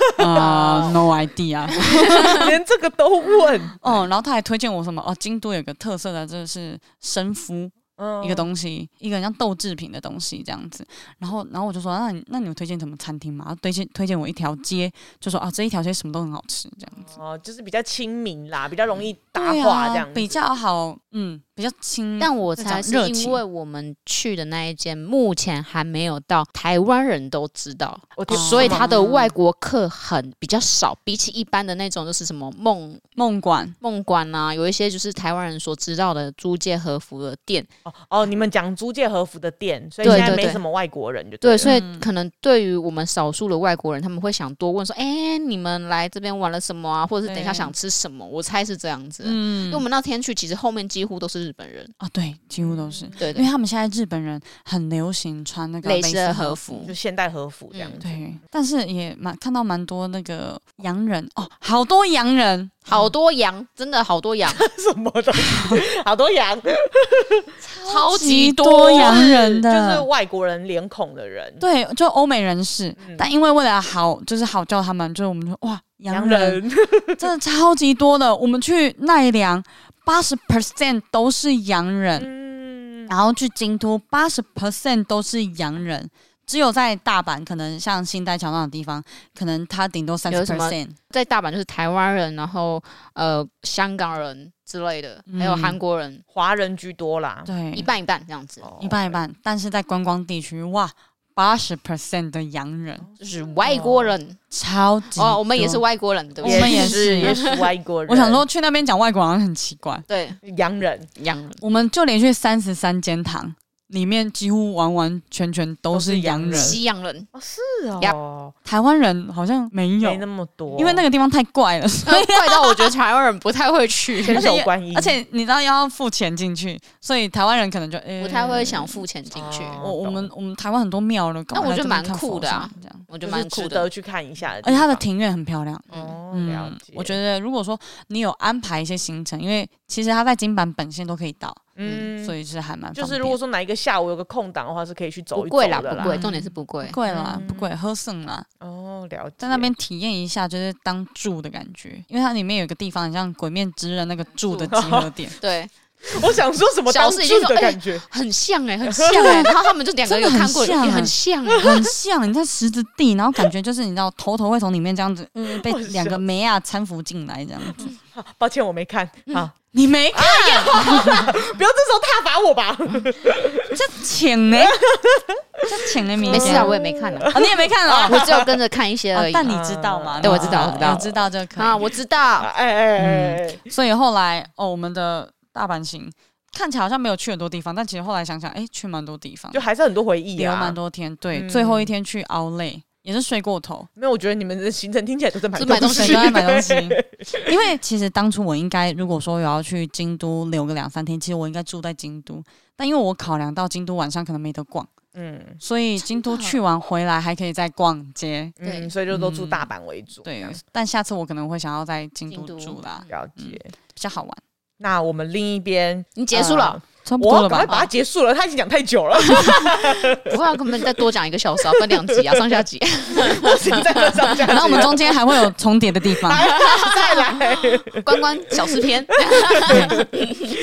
？No idea， 连这个都问。 然后他还推荐我什么？京都有个特色的，就是生麸。一个东西，一个像豆制品的东西这样子，然后我就说，那你有推荐什么餐厅吗？推荐我一条街，就说这一条街什么都很好吃这样子。 就是比较亲民啦，比较容易搭话这样子， 比较好，比较亲。 但我猜是因为我们去的那一间目前还没有到台湾人都知道，所以他的外国客比较少，比起一般的那种就是什么梦馆啊，有一些就是台湾人所知道的租借和服的店。 你们讲租借和服的店，所以现在没什么外国人就对，所以可能对于我们少数的外国人，他们会想多问说，你们来这边玩了什么啊，或者是等一下想吃什么？我猜是这样子。因为我们那天去，其实后面几乎都是日本人对，几乎都是。 对， 因为他们现在日本人很流行穿那个蕾丝的和服， 就现代和服这样子。 对，但是也看到蛮多那个洋人好多洋人。 好多羊，真的好多羊， 什么东西？好多羊， 超级多洋人的， 就是外国人脸孔的人， 对，就欧美人士。但因为为了好叫他们，就是我们说哇，洋人真的超级多的。我们去奈良，80% 都是洋人，然后去京都80% 都是洋人。只有在大阪，可能像新代桥那种地方，可能他顶多30%。 在大阪就是台湾人，然后香港人之类的，还有韩国人、 华人居多啦。 对， 一半一半这样子， 一半一半。但是在观光地区，哇，80% 的洋人就是外国人， 超级多。 我们也是外国人，对不对？我们也是外国人。 我想说去那边讲外国好像很奇怪。 对， 洋人。 我们就连续33间堂。里面几乎完完全全都是洋人， 西洋人是台湾人好像没那么多， 因为那个地方太怪了，所以怪到我觉得台湾人不太会去， 千手观音， 而且你知道要付钱进去，所以台湾人可能就不太会想付钱进去。 我们台湾很多庙了， 那我觉得蛮酷的啊，这样我觉得蛮酷的， 值得去看一下。 而且它的庭院很漂亮， 了解。 我觉得如果说你有安排一些行程，因为其实它在金板本线都可以到。所以是还蛮方便。 就是如果说哪一个下午有个空档的话，是可以去走一走的啦。 不贵啦，不贵，重点是不贵， 贵啦，不贵，喝剩啦。 了解。 在那边体验一下，就是当住的感觉，因为它里面有一个地方很像《鬼面之刃》那个住的集合点。 对， 我想说什么当住的感觉， 很像很像然后他们就两个有看过，也很像很像。你在石子地，然后感觉就是你知道，头会从里面这样子，被两个梅亚搀扶进来这样子。 抱歉，我没看。好。 你没看， 不要这时候挞伐我吧。 这请呢？这请呢？ 没事啊，我也没看啊。 你也没看啊？ 我只有跟着看一些而已。 但你知道吗？ 对，我知道， 我知道就可以啊，我知道。 所以后来我们的大阪行看起来好像没有去很多地方，但其实后来想想，去蛮多地方， 就还是很多回忆啊， 留蛮多天。对，最后一天去Outlet。也是睡过头， 没有。我觉得你们的行程听起来都在买东西，都在买东西。因为其实当初我应该，如果说有要去京都留个2-3天，其实我应该住在京都。但因为我考量到京都晚上可能没得逛，所以京都去完回来还可以再逛街， 所以就都住大阪为主。 对，但下次我可能会想要在京都住啦， 了解， 比较好玩。 那我们另一边， 你结束了。 差不多了吧？ 我赶快把它结束了，他已经讲太久了。 不会啊，根本再多讲1个小时啊，分2集啊，上下集。 然后我们中间还会有重叠的地方， 再来观光小吃篇。 对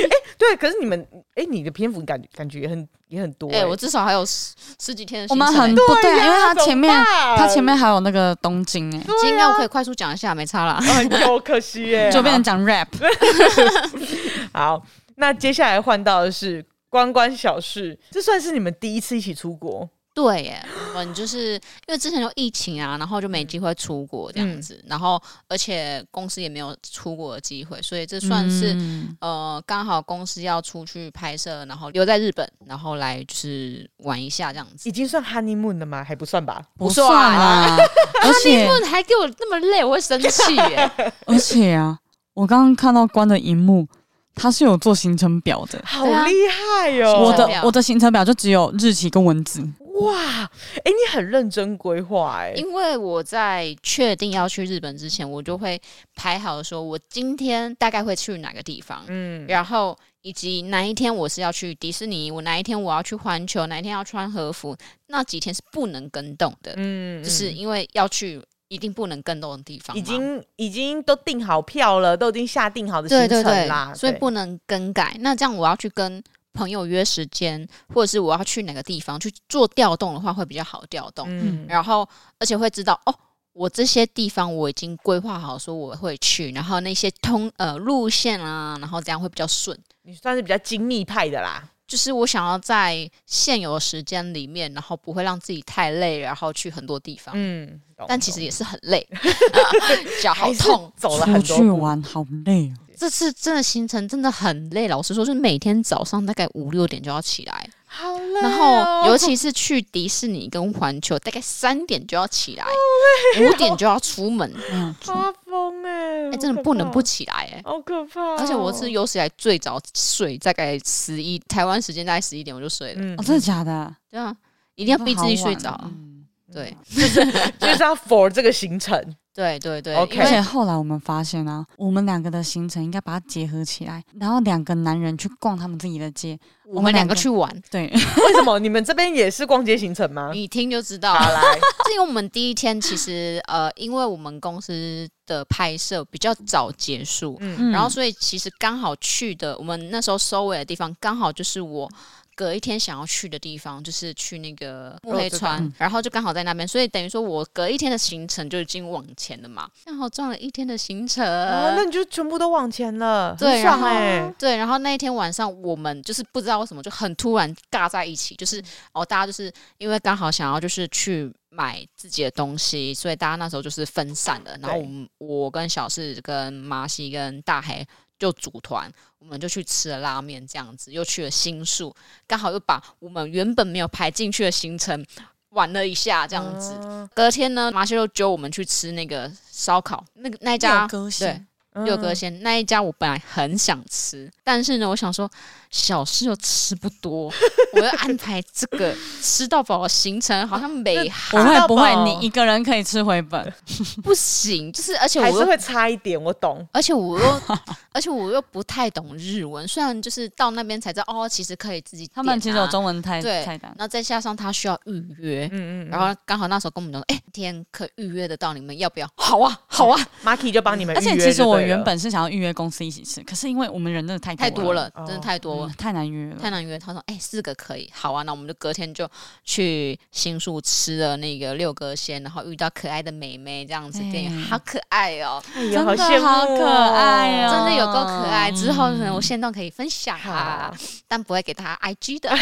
对，可是你们你的篇幅感觉也很多我至少还有十几天的行程。 我们很不对，因为他前面还有那个东京应该我可以快速讲一下，没差啦。 有可惜耶， 就变成讲 rap。 好，那接下来换到的是关关小事，这算是你们第一次一起出国。 对耶，我们就是因为之前有疫情啊，然后就没机会出国这样子，然后而且公司也没有出国的机会，所以这算是刚好公司要出去拍摄，然后留在日本，然后来就是玩一下这样子。 已经算 honeymoon 了吗？还不算吧？ 不算啊，而且 honeymoon 还给我那么累，我会生气耶。 而且啊，我刚刚看到关的荧幕。他是有做行程表的， 好厉害哦！ 我的行程表就只有日期跟文字。 哇，你很认真规划因为我在确定要去日本之前，我就会排好说，我今天大概会去哪个地方，然后以及哪一天我是要去迪士尼，我哪一天我要去环球，哪一天要穿和服，那几天是不能更动的，就是因为要去。一定不能更动的地方， 已经都订好票了，都已经下订好的行程啦， 对，所以不能更改。那这样我要去跟朋友约时间，或者是我要去哪个地方去做调动的话，会比较好调动。然后而且会知道我这些地方我已经规划好，说我会去，然后那些路线啊，然后这样会比较顺。 你算是比较精密派的啦。 就是我想要在现有的时间里面，然后不会让自己太累，然后去很多地方。但其实也是很累，脚好痛， 走了很多出去玩好累哦。 这次真的行程真的很累，老实说，就是每天早上大概5、6点就要起来， 好累然后尤其是去迪士尼跟环球，大概3点就要起来，5点就要出门， 发疯真的不能不起来好可怕而且我是有史以来最早睡，大概台湾时间大概11点我就睡了。 真的假的？ 对啊，一定要逼自己睡着。对， 就是要 for 这个行程。 对 ，OK。 而且后来我们发现啊，我们2个的行程应该把它结合起来，然后2个男人去逛他们自己的街， 我们2个去玩。 对， 为什么你们这边也是逛街行程吗？ 你听就知道。 好来， 是因为我们第一天其实因为我们公司的拍摄比较早结束，然后所以其实刚好去的我们那时候收尾的地方，刚好就是我。隔一天想要去的地方就是去那个木黑川，然后就刚好在那边，所以等于说我隔一天的行程就已经往前了嘛，刚好赚了1天的行程。 那你就全部都往前了， 对， 很爽对，然后那一天晚上我们就是不知道为什么就很突然尬在一起，就是大家就是因为刚好想要就是去买自己的东西，所以大家那时候就是分散了，然后我跟小四跟麻西跟大黑就组团，我们就去吃了拉面，这样子又去了新宿，刚好又把我们原本没有排进去的行程玩了一下，这样子。隔天呢，麻西又揪我们去吃那个烧烤，那一家六哥鲜那一家，我本来很想吃，但是呢，我想说小事又吃不多，我要安排这个吃到饱的行程，好像没不会，你一个人可以吃回本， 不行，就是而且还是会差一点，我懂， 而且我又不太懂日文，虽然就是到那边才知道其实可以自己点他们其实有中文菜单， 然后再加上他需要预约，然后刚好那时候跟我们说，今天可以预约得到，你们要不要？好啊 ，Marky 就帮你们预约。 而且其实我原本是想要预约公司一起吃，可是因为我们人真的太多了，真的太多了， 太难约了， 太难约。他说4个可以，好啊，那我们就隔天就去新宿吃了那个六哥鲜，然后遇到可爱的妹妹，这样子店员好可爱哦， 真的好可爱哦， 真的有够可爱。之后呢，我现在可以分享啊，但不会给他 IG 的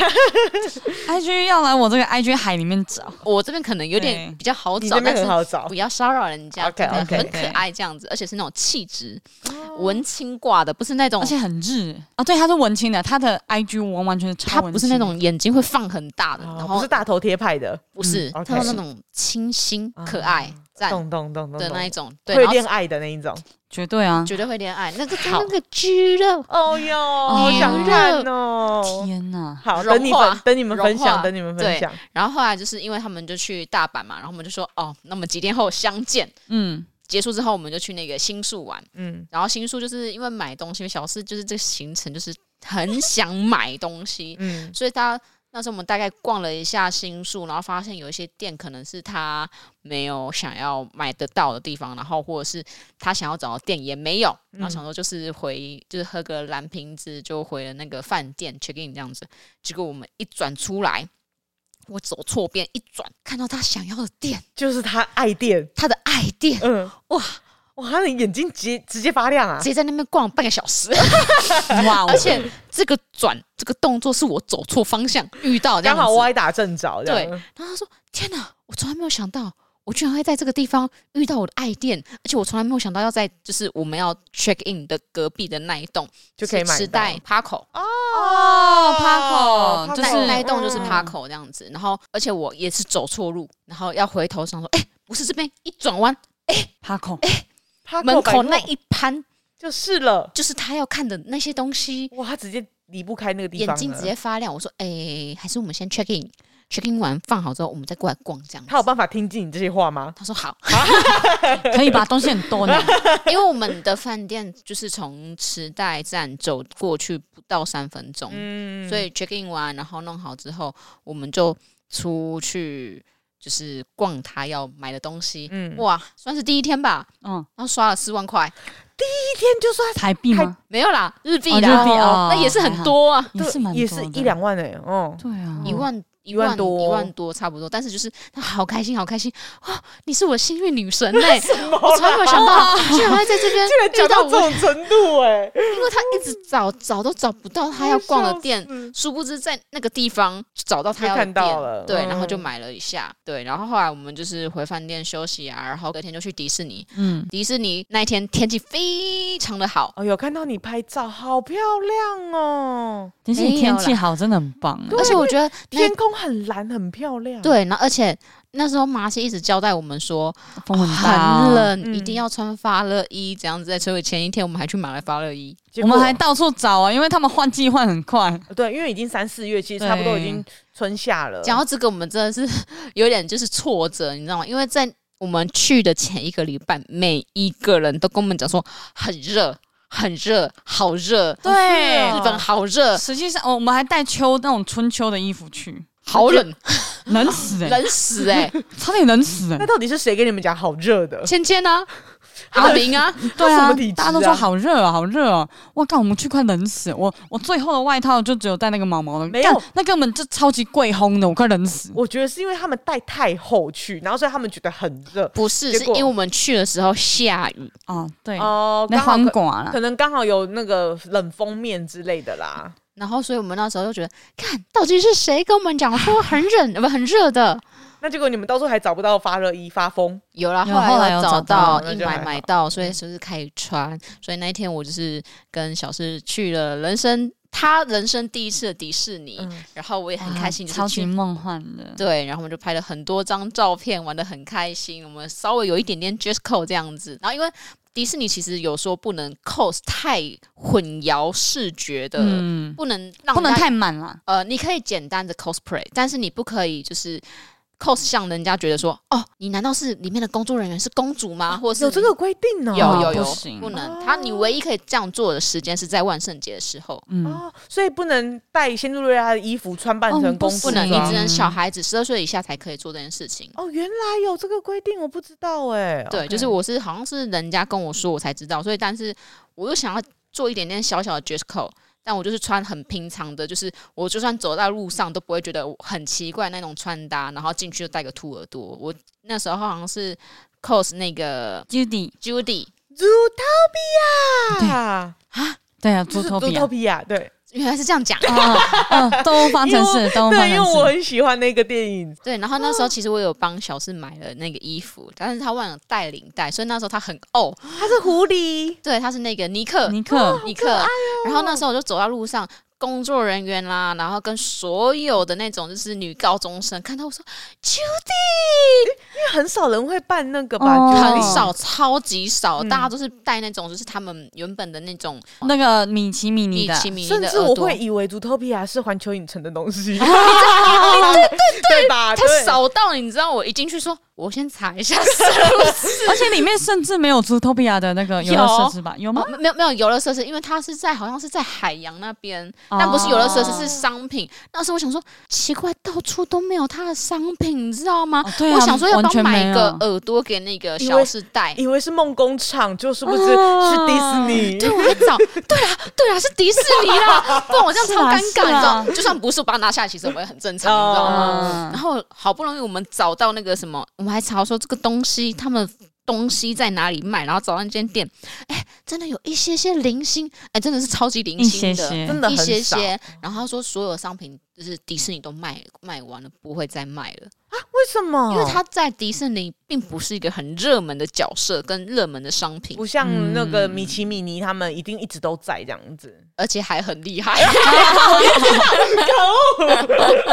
，IG 要来我这个 IG 海里面找， 我这边可能有点比较好找，但是不要骚扰人家，很可爱这样子，而且是那种气质文青挂的，不是那种， 而且很日啊，对，他是文青的，他的 IG 完全是超文青， 他不是那种眼睛会放很大的，然后不是大头贴派的， 不是，他是那种清新可爱。 懂的那一种，对， 会恋爱的那一种， 绝对啊， 绝对会恋爱。那个鸡肉， 哦哟，好想看哦！ 天哪， 好，等你们分享， 然后后来就是因为他们就去大阪嘛，然后我们就说那么几天后相见。结束之后我们就去那个新宿玩。然后新宿就是因为买东西，小四就是这个行程就是很想买东西，所以他那时候我们大概逛了一下新宿，然后发现有一些店可能是他没有想要买得到的地方，然后或者是他想要找的店也没有，然后想说就是喝个蓝瓶子就回了那个饭店 check in 这样子。结果我们一转出来，我走错边一转，看到他想要的店， 就是他爱店， 他的爱店，哇！ 他的眼睛直接发亮啊！ 直接在那边逛半个小时， 哇！ 而且这个动作是我走错方向遇到， 刚好歪打正着。 对，然后他说：“天哪，我从来没有想到，我居然会在这个地方遇到我的爱店，而且我从来没有想到要在就是我们要 check in 的隔壁的那一栋就可以买到。” 时代 Paco Paco 就是那一栋就是 Paco 这样子，然后而且我也是走错路，然后要回头想说：“不是这边，一转弯 ，Paco。” 门口那一盘就是了， 就是他要看的那些东西。 哇，他直接离不开那个地方， 眼睛直接发亮。我说，还是我们先 check in 完放好之后，我们再过来逛这样子。 他有办法听进你这些话吗？ 他说好， 可以吧？东西很多呢。 因为我们的饭店就是从池袋站走过去不到3分钟，所以 check in 完，然后弄好之后，我们就出去。就是逛他要买的东西，哇，算是第一天吧，然后刷了4万块， 第一天就刷台币吗？ 没有啦，日币啦，那也是很多啊， 也是蛮多的， 也是1-2万对啊 ，1万多差不多，但是就是他好开心，哇！你是我幸运女神嘞！我从来没有想到，居然会在这边讲到这种程度因为他一直找都找不到他要逛的店，殊不知在那个地方找到他要的店，对，然后就买了一下，对，然后后来我们就是回饭店休息啊，然后隔天就去迪士尼，迪士尼那一天天气非常的好， 有看到你拍照，好漂亮哦！ 迪士尼天气好真的很棒， 而且我觉得天空很蓝，很漂亮。 对，然后而且那时候麻西一直交代我们说， 风很大， 很冷，一定要穿发热衣这样子。所以前一天我们还去买了发热衣， 我们还到处找啊，因为他们换季换很快。 对，因为已经3-4月，其实差不多已经春夏了。 讲到这个，我们真的是有点就是挫折，你知道吗？因为在我们去的前1个礼拜，每一个人都跟我们讲说很热。很热，好热， 对， 日本好热。 实际上，我们还带那种春秋的衣服去， 好冷， 冷死冷死差点冷死那到底是谁跟你们讲好热的？ 芊芊啊，阿明啊， 对啊，大家都说好热啊，好热啊！我靠，我们去快冷死！我最后的外套就只有带那个毛毛的， 没有， 那根本就超级贵烘的，我快冷死！ 我觉得是因为他们带太厚去，然后所以他们觉得很热。 不是，是因为我们去的时候下雨对那翻寡了， 可能刚好有那个冷风面之类的啦。 然后，所以我们那时候就觉得，看到底是谁跟我们讲说很冷，不很热的？ 那结果你们到时候还找不到发热衣，发疯？ 有啦，后来有找到，买到，所以就是可以穿。所以那一天我就是跟小诗去了他人生第一次的迪士尼，然后我也很开心， 超级梦幻的。 对，然后我们就拍了很多张照片，玩得很开心。我们稍微有一点点 dress code 这样子，然后因为迪士尼其实有说不能 cos 太混淆视觉的，不能太满了。 你可以简单的 cosplay， 但是你不可以就是cos 像人家觉得说，你难道是里面的工作人员是公主吗？或者是有这个规定呢？ 有，不能。你唯一可以这样做的时间是在万圣节的时候。 所以不能带仙杜瑞拉的衣服穿扮成公主， 不能，你只能小孩子12岁以下才可以做这件事情。 原来有这个规定，我不知道对，就是好像是人家跟我说我才知道，所以但是我又想要做一点点小小的 dress code。但我就是穿很平常的，就是我就算走在路上都不会觉得很奇怪那种穿搭，然后进去就戴个兔耳朵。我那时候好像是 cos 那个 Judy Zootopia 对啊，Zootopia 对。 原来是这样讲动物方程式， 对，因为我很喜欢那个电影。 对，然后那时候其实我有帮小诗买了那个衣服，但是他忘了带领带，所以那时候他很他是狐狸， 对，他是那个尼克，然后那时候我就走到路上。工作人员啦，然后跟所有的那种就是女高中生看到我说 Judy， 因为很少人会扮那个吧， 很少，超级少，大家都是戴那种就是他们原本的那种那个米奇米妮的， 甚至我会以为 Zootopia 是环球影城的东西。你对吧？ 它少到你知道，我一进去说，我先查一下是不是， 而且里面甚至没有 Zootopia 的那个游乐设施吧？有吗？ 没有游乐设施，因为它是好像是在海洋那边，但不是游乐设施，是商品。那时候我想说，奇怪，到处都没有它的商品，你知道吗？ 对啊， 我想说要帮买一个完全没有耳朵给那个小世代， 以为是梦工厂，就是不是是迪士尼？ 对，我还找，对啊，是迪士尼啦，不然我这样超尴尬，你知道？就算不是我把它拿下来，其实我也很正常，你知道吗？然后好不容易我们找到那个什么，我们还查说这个东西他们东西在哪里卖，然后找到那间店，真的有一些零星，真的是超级零星的， 真的很少一些。然后他说所有商品就是迪士尼都卖完了，不会再卖了啊？为什么？ 因为他在迪士尼并不是一个很热门的角色跟热门的商品， 不像那个米奇米妮他们一定一直都在这样子， 而且还很厉害。 可恶，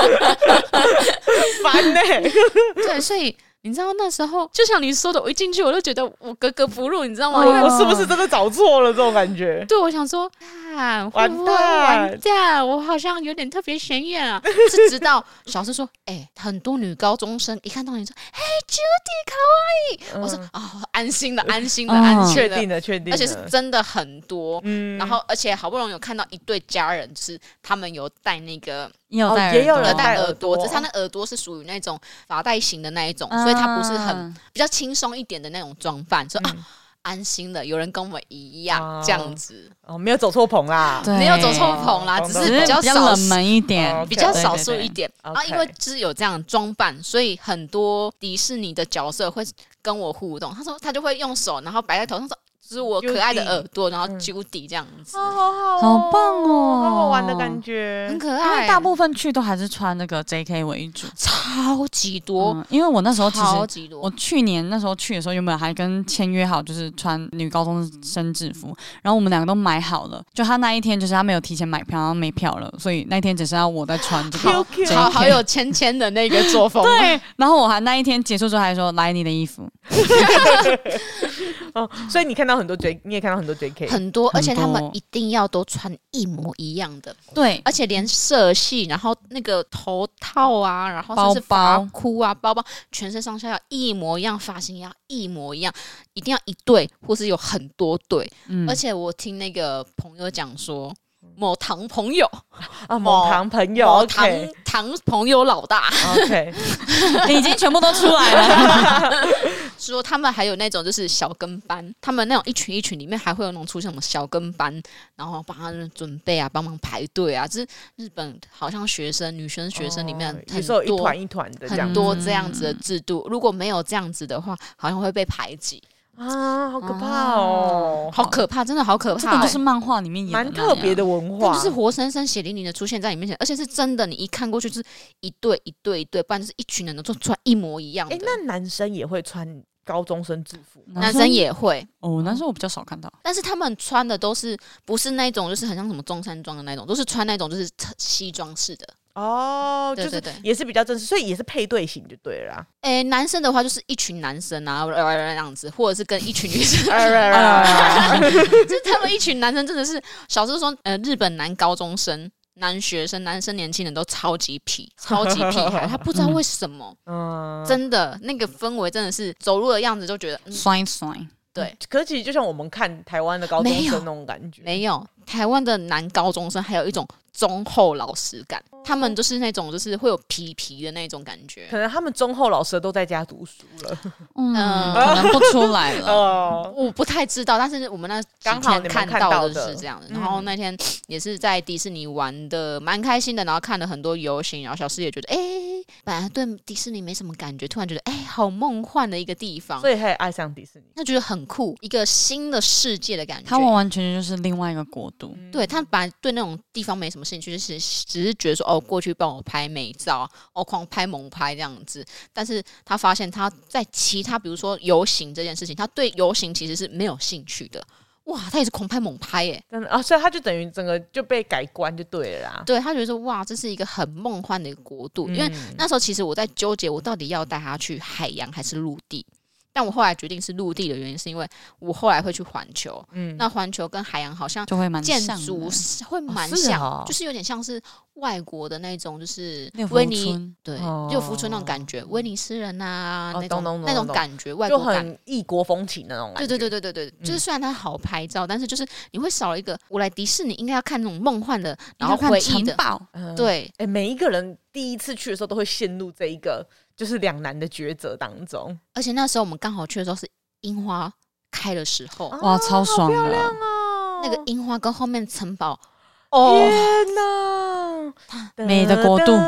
烦呢。 对，所以。你知道那时候，就像你说的，我一进去我就觉得我格格不入，你知道吗？ 我是不是真的找错了这种感觉？ 对，我想说，完蛋，我好像有点特别显眼啊。是直到小师说，很多女高中生一看到你说，嘿 ，Judy， 可爱，我说安心了， 确定了， 而且是真的很多。然后而且好不容易有看到一对家人，就是他们有戴那个。 也有人戴耳朵，只是他那耳朵是属于那种发带型的那一种，所以他不是很比较轻松一点的那种装扮，说安心了，有人跟我一样这样子， 没有走错棚啦， 没有走错棚啦，只是比较冷门一点， 比较少数一点。然后因为就是有这样装扮，所以很多迪士尼的角色会跟我互动。他说他就会用手，然后摆在头上说。就是我可爱的耳朵，然后Judy这样子， 好棒哦， 好好玩的感觉， 很可爱。 大部分去都还是穿那个 JK 为主， 超级多。 因为我那时候其实我去年那时候去的时候，原本还跟签约好，就是穿女高中生制服，然后我们两个都买好了。就他那一天就是他没有提前买票，然后没票了，所以那一天只剩下我在穿这个 JK， 好有芊的那个作风。 对，然后我还那一天结束之后还说来你的衣服。 所以你看到很多你也看到很多 JK， 很多，而且他们一定要都穿一模一样的， 对， 而且连色系，然后那个头套啊，然后甚至发箍啊、包包，全身上下要一模一样，发型要一模一样，一定要一对，或是有很多对。而且我听那个朋友讲说。某堂朋友某堂朋友， 堂朋友老大 ，OK， 你已经全部都出来了。 说他们还有那种就是小跟班，他们那种一群一群里面还会有那种出现什么小跟班，然后帮他们准备啊，帮忙排队啊。就是日本好像女生学生里面很多一团一团的很多这样子的制度，如果没有这样子的话，好像会被排挤。 好可怕哦！ 好可怕，真的好可怕！ 这个就是漫画里面演的蛮特别的文化， 就是活生生血淋淋的出现在你面前，而且是真的，你一看过去就是一对，不然就是一群人都穿一模一样的。 那男生也会穿高中生制服？ 男生也会男生我比较少看到， 但是他们穿的都是不是那种就是很像什么中山装的那种，都是穿那种就是西装式的。 就是也是比较正式，所以也是配对型就对了啦。 男生的话就是一群男生啊，这样子，或者是跟一群女生，就是他们一群男生真的是，小时候说，日本男高中生、男学生、男生年轻人都超级屁孩，他不知道为什么，真的那个氛围真的是走路的样子就觉得酸。 对， 可是其实就像我们看台湾的高中生那种感觉， 没有台湾的男高中生还有一种忠厚老实感，他们就是那种就是会有皮的那种感觉， 可能他们忠厚老实都在家读书了， 可能不出来了， 我不太知道，但是我们那刚好看到的是这样的。然后那天也是在迪士尼玩的蛮开心的，然后看了很多游行，然后小师也觉得本来对迪士尼没什么感觉，突然觉得好梦幻的一个地方， 所以他也爱上迪士尼， 他觉得很酷，一个新的世界的感觉， 他完完全全就是另外一个国度。 对，他本来对那种地方没什么兴趣，就是只是觉得说过去帮我拍美照，狂拍猛拍这样子。但是他发现他在其他比如说游行这件事情，他对游行其实是没有兴趣的。哇，他也是狂拍猛拍耶， 真的所以他就等于整个就被改观就对了啦。 对，他觉得说哇，这是一个很梦幻的一个国度。因为那时候其实我在纠结，我到底要带他去海洋还是陆地。 但我后来决定是陆地的原因，是因为我后来会去环球。那环球跟海洋好像就会蛮建像的筑会蛮是像， 哦就是有点像是外国的那种，就是六福威尼村对哦六福村那种感觉，威尼斯人啊那种懂那种感觉，外就国感。 很异国风情的那种感觉。 对，就是虽然它好拍照，但是就是你会少了一个，我来迪士尼应该要看那种梦幻的，然后回忆的， 堡， 对， 每一个人第一次去的时候都会陷入这一个就是两难的抉择当中。 而且那时候我们刚好去的时候是樱花开的时候， 哇，超爽漂亮的。 哦！ 那个樱花跟后面城堡， 天哪， 美的国度。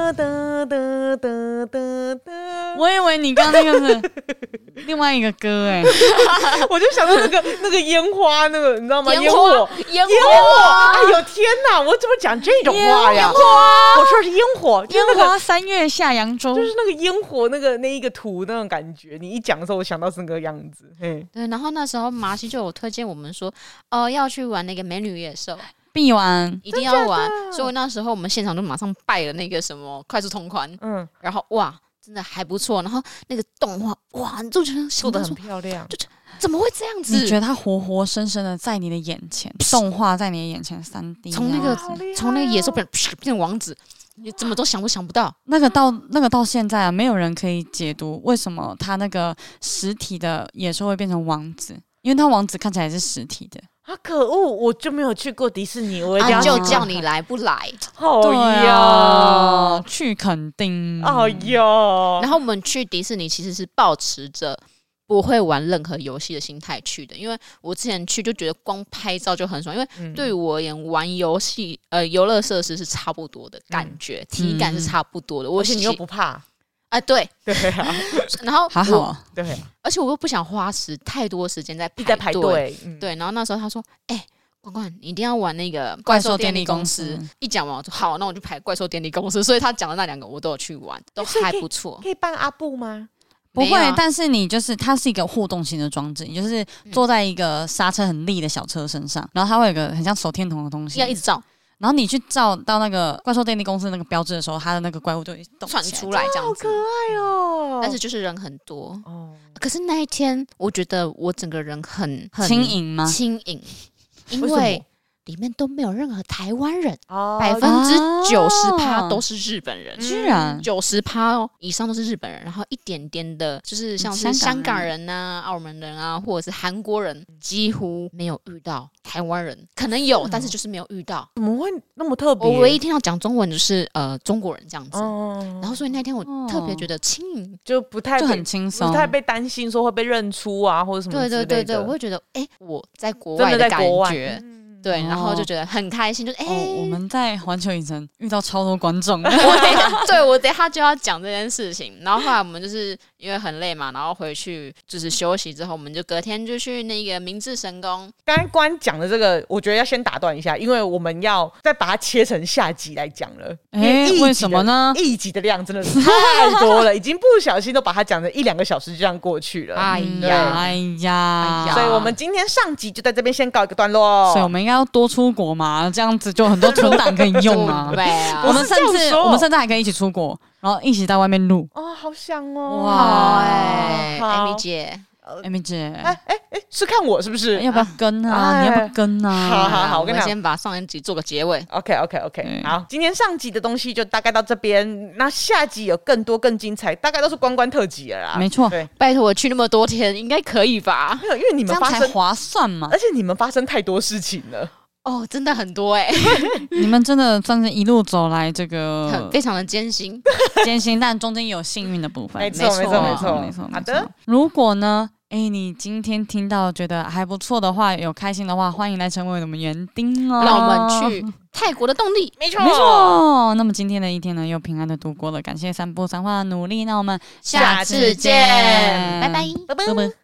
我以为你刚刚那个是另外一个歌我就想到那个烟花，那个你知道吗？ 烟火， 烟火！哎呦天哪，我怎么讲这种话呀？我说的是烟火， 烟花3月下扬州， 就是那个烟火那一个图那种感觉。你一讲的时候，我想到是那个样子。嘿， 对，然后那时候麻西就有推荐我们说，要去玩那个美女野兽， 必玩， 一定要玩。所以那时候我们现场就马上拜了那个什么快速通关，然后哇，真的还不错。然后那个动画，哇，你就觉得做的很漂亮， 怎么会这样子？ 你觉得它活活生生的在你的眼前，动画在你的眼前3D， 从那个野兽变王子，你怎么都想不到。 那个到现在啊，没有人可以解读为什么他那个实体的野兽会变成王子，因为他王子看起来是实体的。 啊，可恶！我就没有去过迪士尼，我一定要就叫你来不来？ 哦呀，去垦丁。 哦哟！ 然后我们去迪士尼其实是抱持着不会玩任何游戏的心态去的，因为我之前去就觉得光拍照就很爽，因为对于我而言，玩游戏游乐设施是差不多的感觉，体感是差不多的。 而且你又不怕。 对啊， 然后还好， 对啊， 而且我又不想花太多时间在排队， 对。然后那时候他说：“关关，你一定要玩那个怪兽电力公司。”一讲完我说：“好，那我就排怪兽电力公司。”所以他讲的那2个我都有去玩，都还不错。 可以扮阿布吗？ 不会，但是你就是它是一个互动型的装置，你就是坐在一个刹车很利的小车身上，然后它会有个很像手电筒的东西， 要一直照。 然后你去照到那个怪兽电力公司那个标志的时候，它的那个怪物就会动窜出来，这样子， 好可爱哦。 但是就是人很多哦。可是那一天，我觉得我整个人很轻盈吗？ 轻盈，因为里面都没有任何台湾人，90%都是日本人， 居然 90%以上都是日本人，然后一点点的，就是像是香港人啊、澳门人啊，或者是韩国人，几乎没有遇到台湾人，可能有，但是就是没有遇到。 怎么会那么特别？ 我唯一听到讲中文就是中国人这样子，然后所以那天我特别觉得轻盈， 就不太就很轻松， 不太被担心说会被认出啊或者什么之类的。 对，我会觉得我在国外的感觉。对，然后就觉得很开心，就我们在环球影城遇到超多观众， 我等一下就要讲这件事情。然后后来我们就是因为很累嘛，然后回去就是休息之后，我们就隔天就去那个明治神宫。 刚刚关讲的这个，我觉得要先打断一下，因为我们要再把它切成下集来讲了。 为什么呢？ 一集的量真的是太多了，已经不小心都把它讲成1-2个小时就这样过去了。 哎呀， 所以我们今天上集就在这边先告一个段落。 所以我们应该要多出国嘛，这样子就很多存档可以用啊。我们甚至还可以一起出国，然后一起在外面录。 好想哦！ 哇，Amy 姐 ，Amy 姐， 是看我是不是？ 要不要跟啊？你要不要跟啊？ 好， 我们先把上一集做个结尾。 OK，好，今天上集的东西就大概到这边，那下集有更多更精彩，大概都是关关特辑了啦。 没错， 对， 拜托我去那么多天，应该可以吧？ 没有，因为你们发生划算嘛， 而且你们发生太多事情了。 真的很多你们真的算是一路走来这个非常的艰辛， 但中间有幸运的部分。 没错。好的， 如果呢，你今天听到觉得还不错的话，有开心的话，欢迎来成为我们园丁哦， 让我们去泰国的动力。 没错。 那么今天的一天呢，又平安的度过了，感谢3步3花的努力，那我们下次见，拜拜。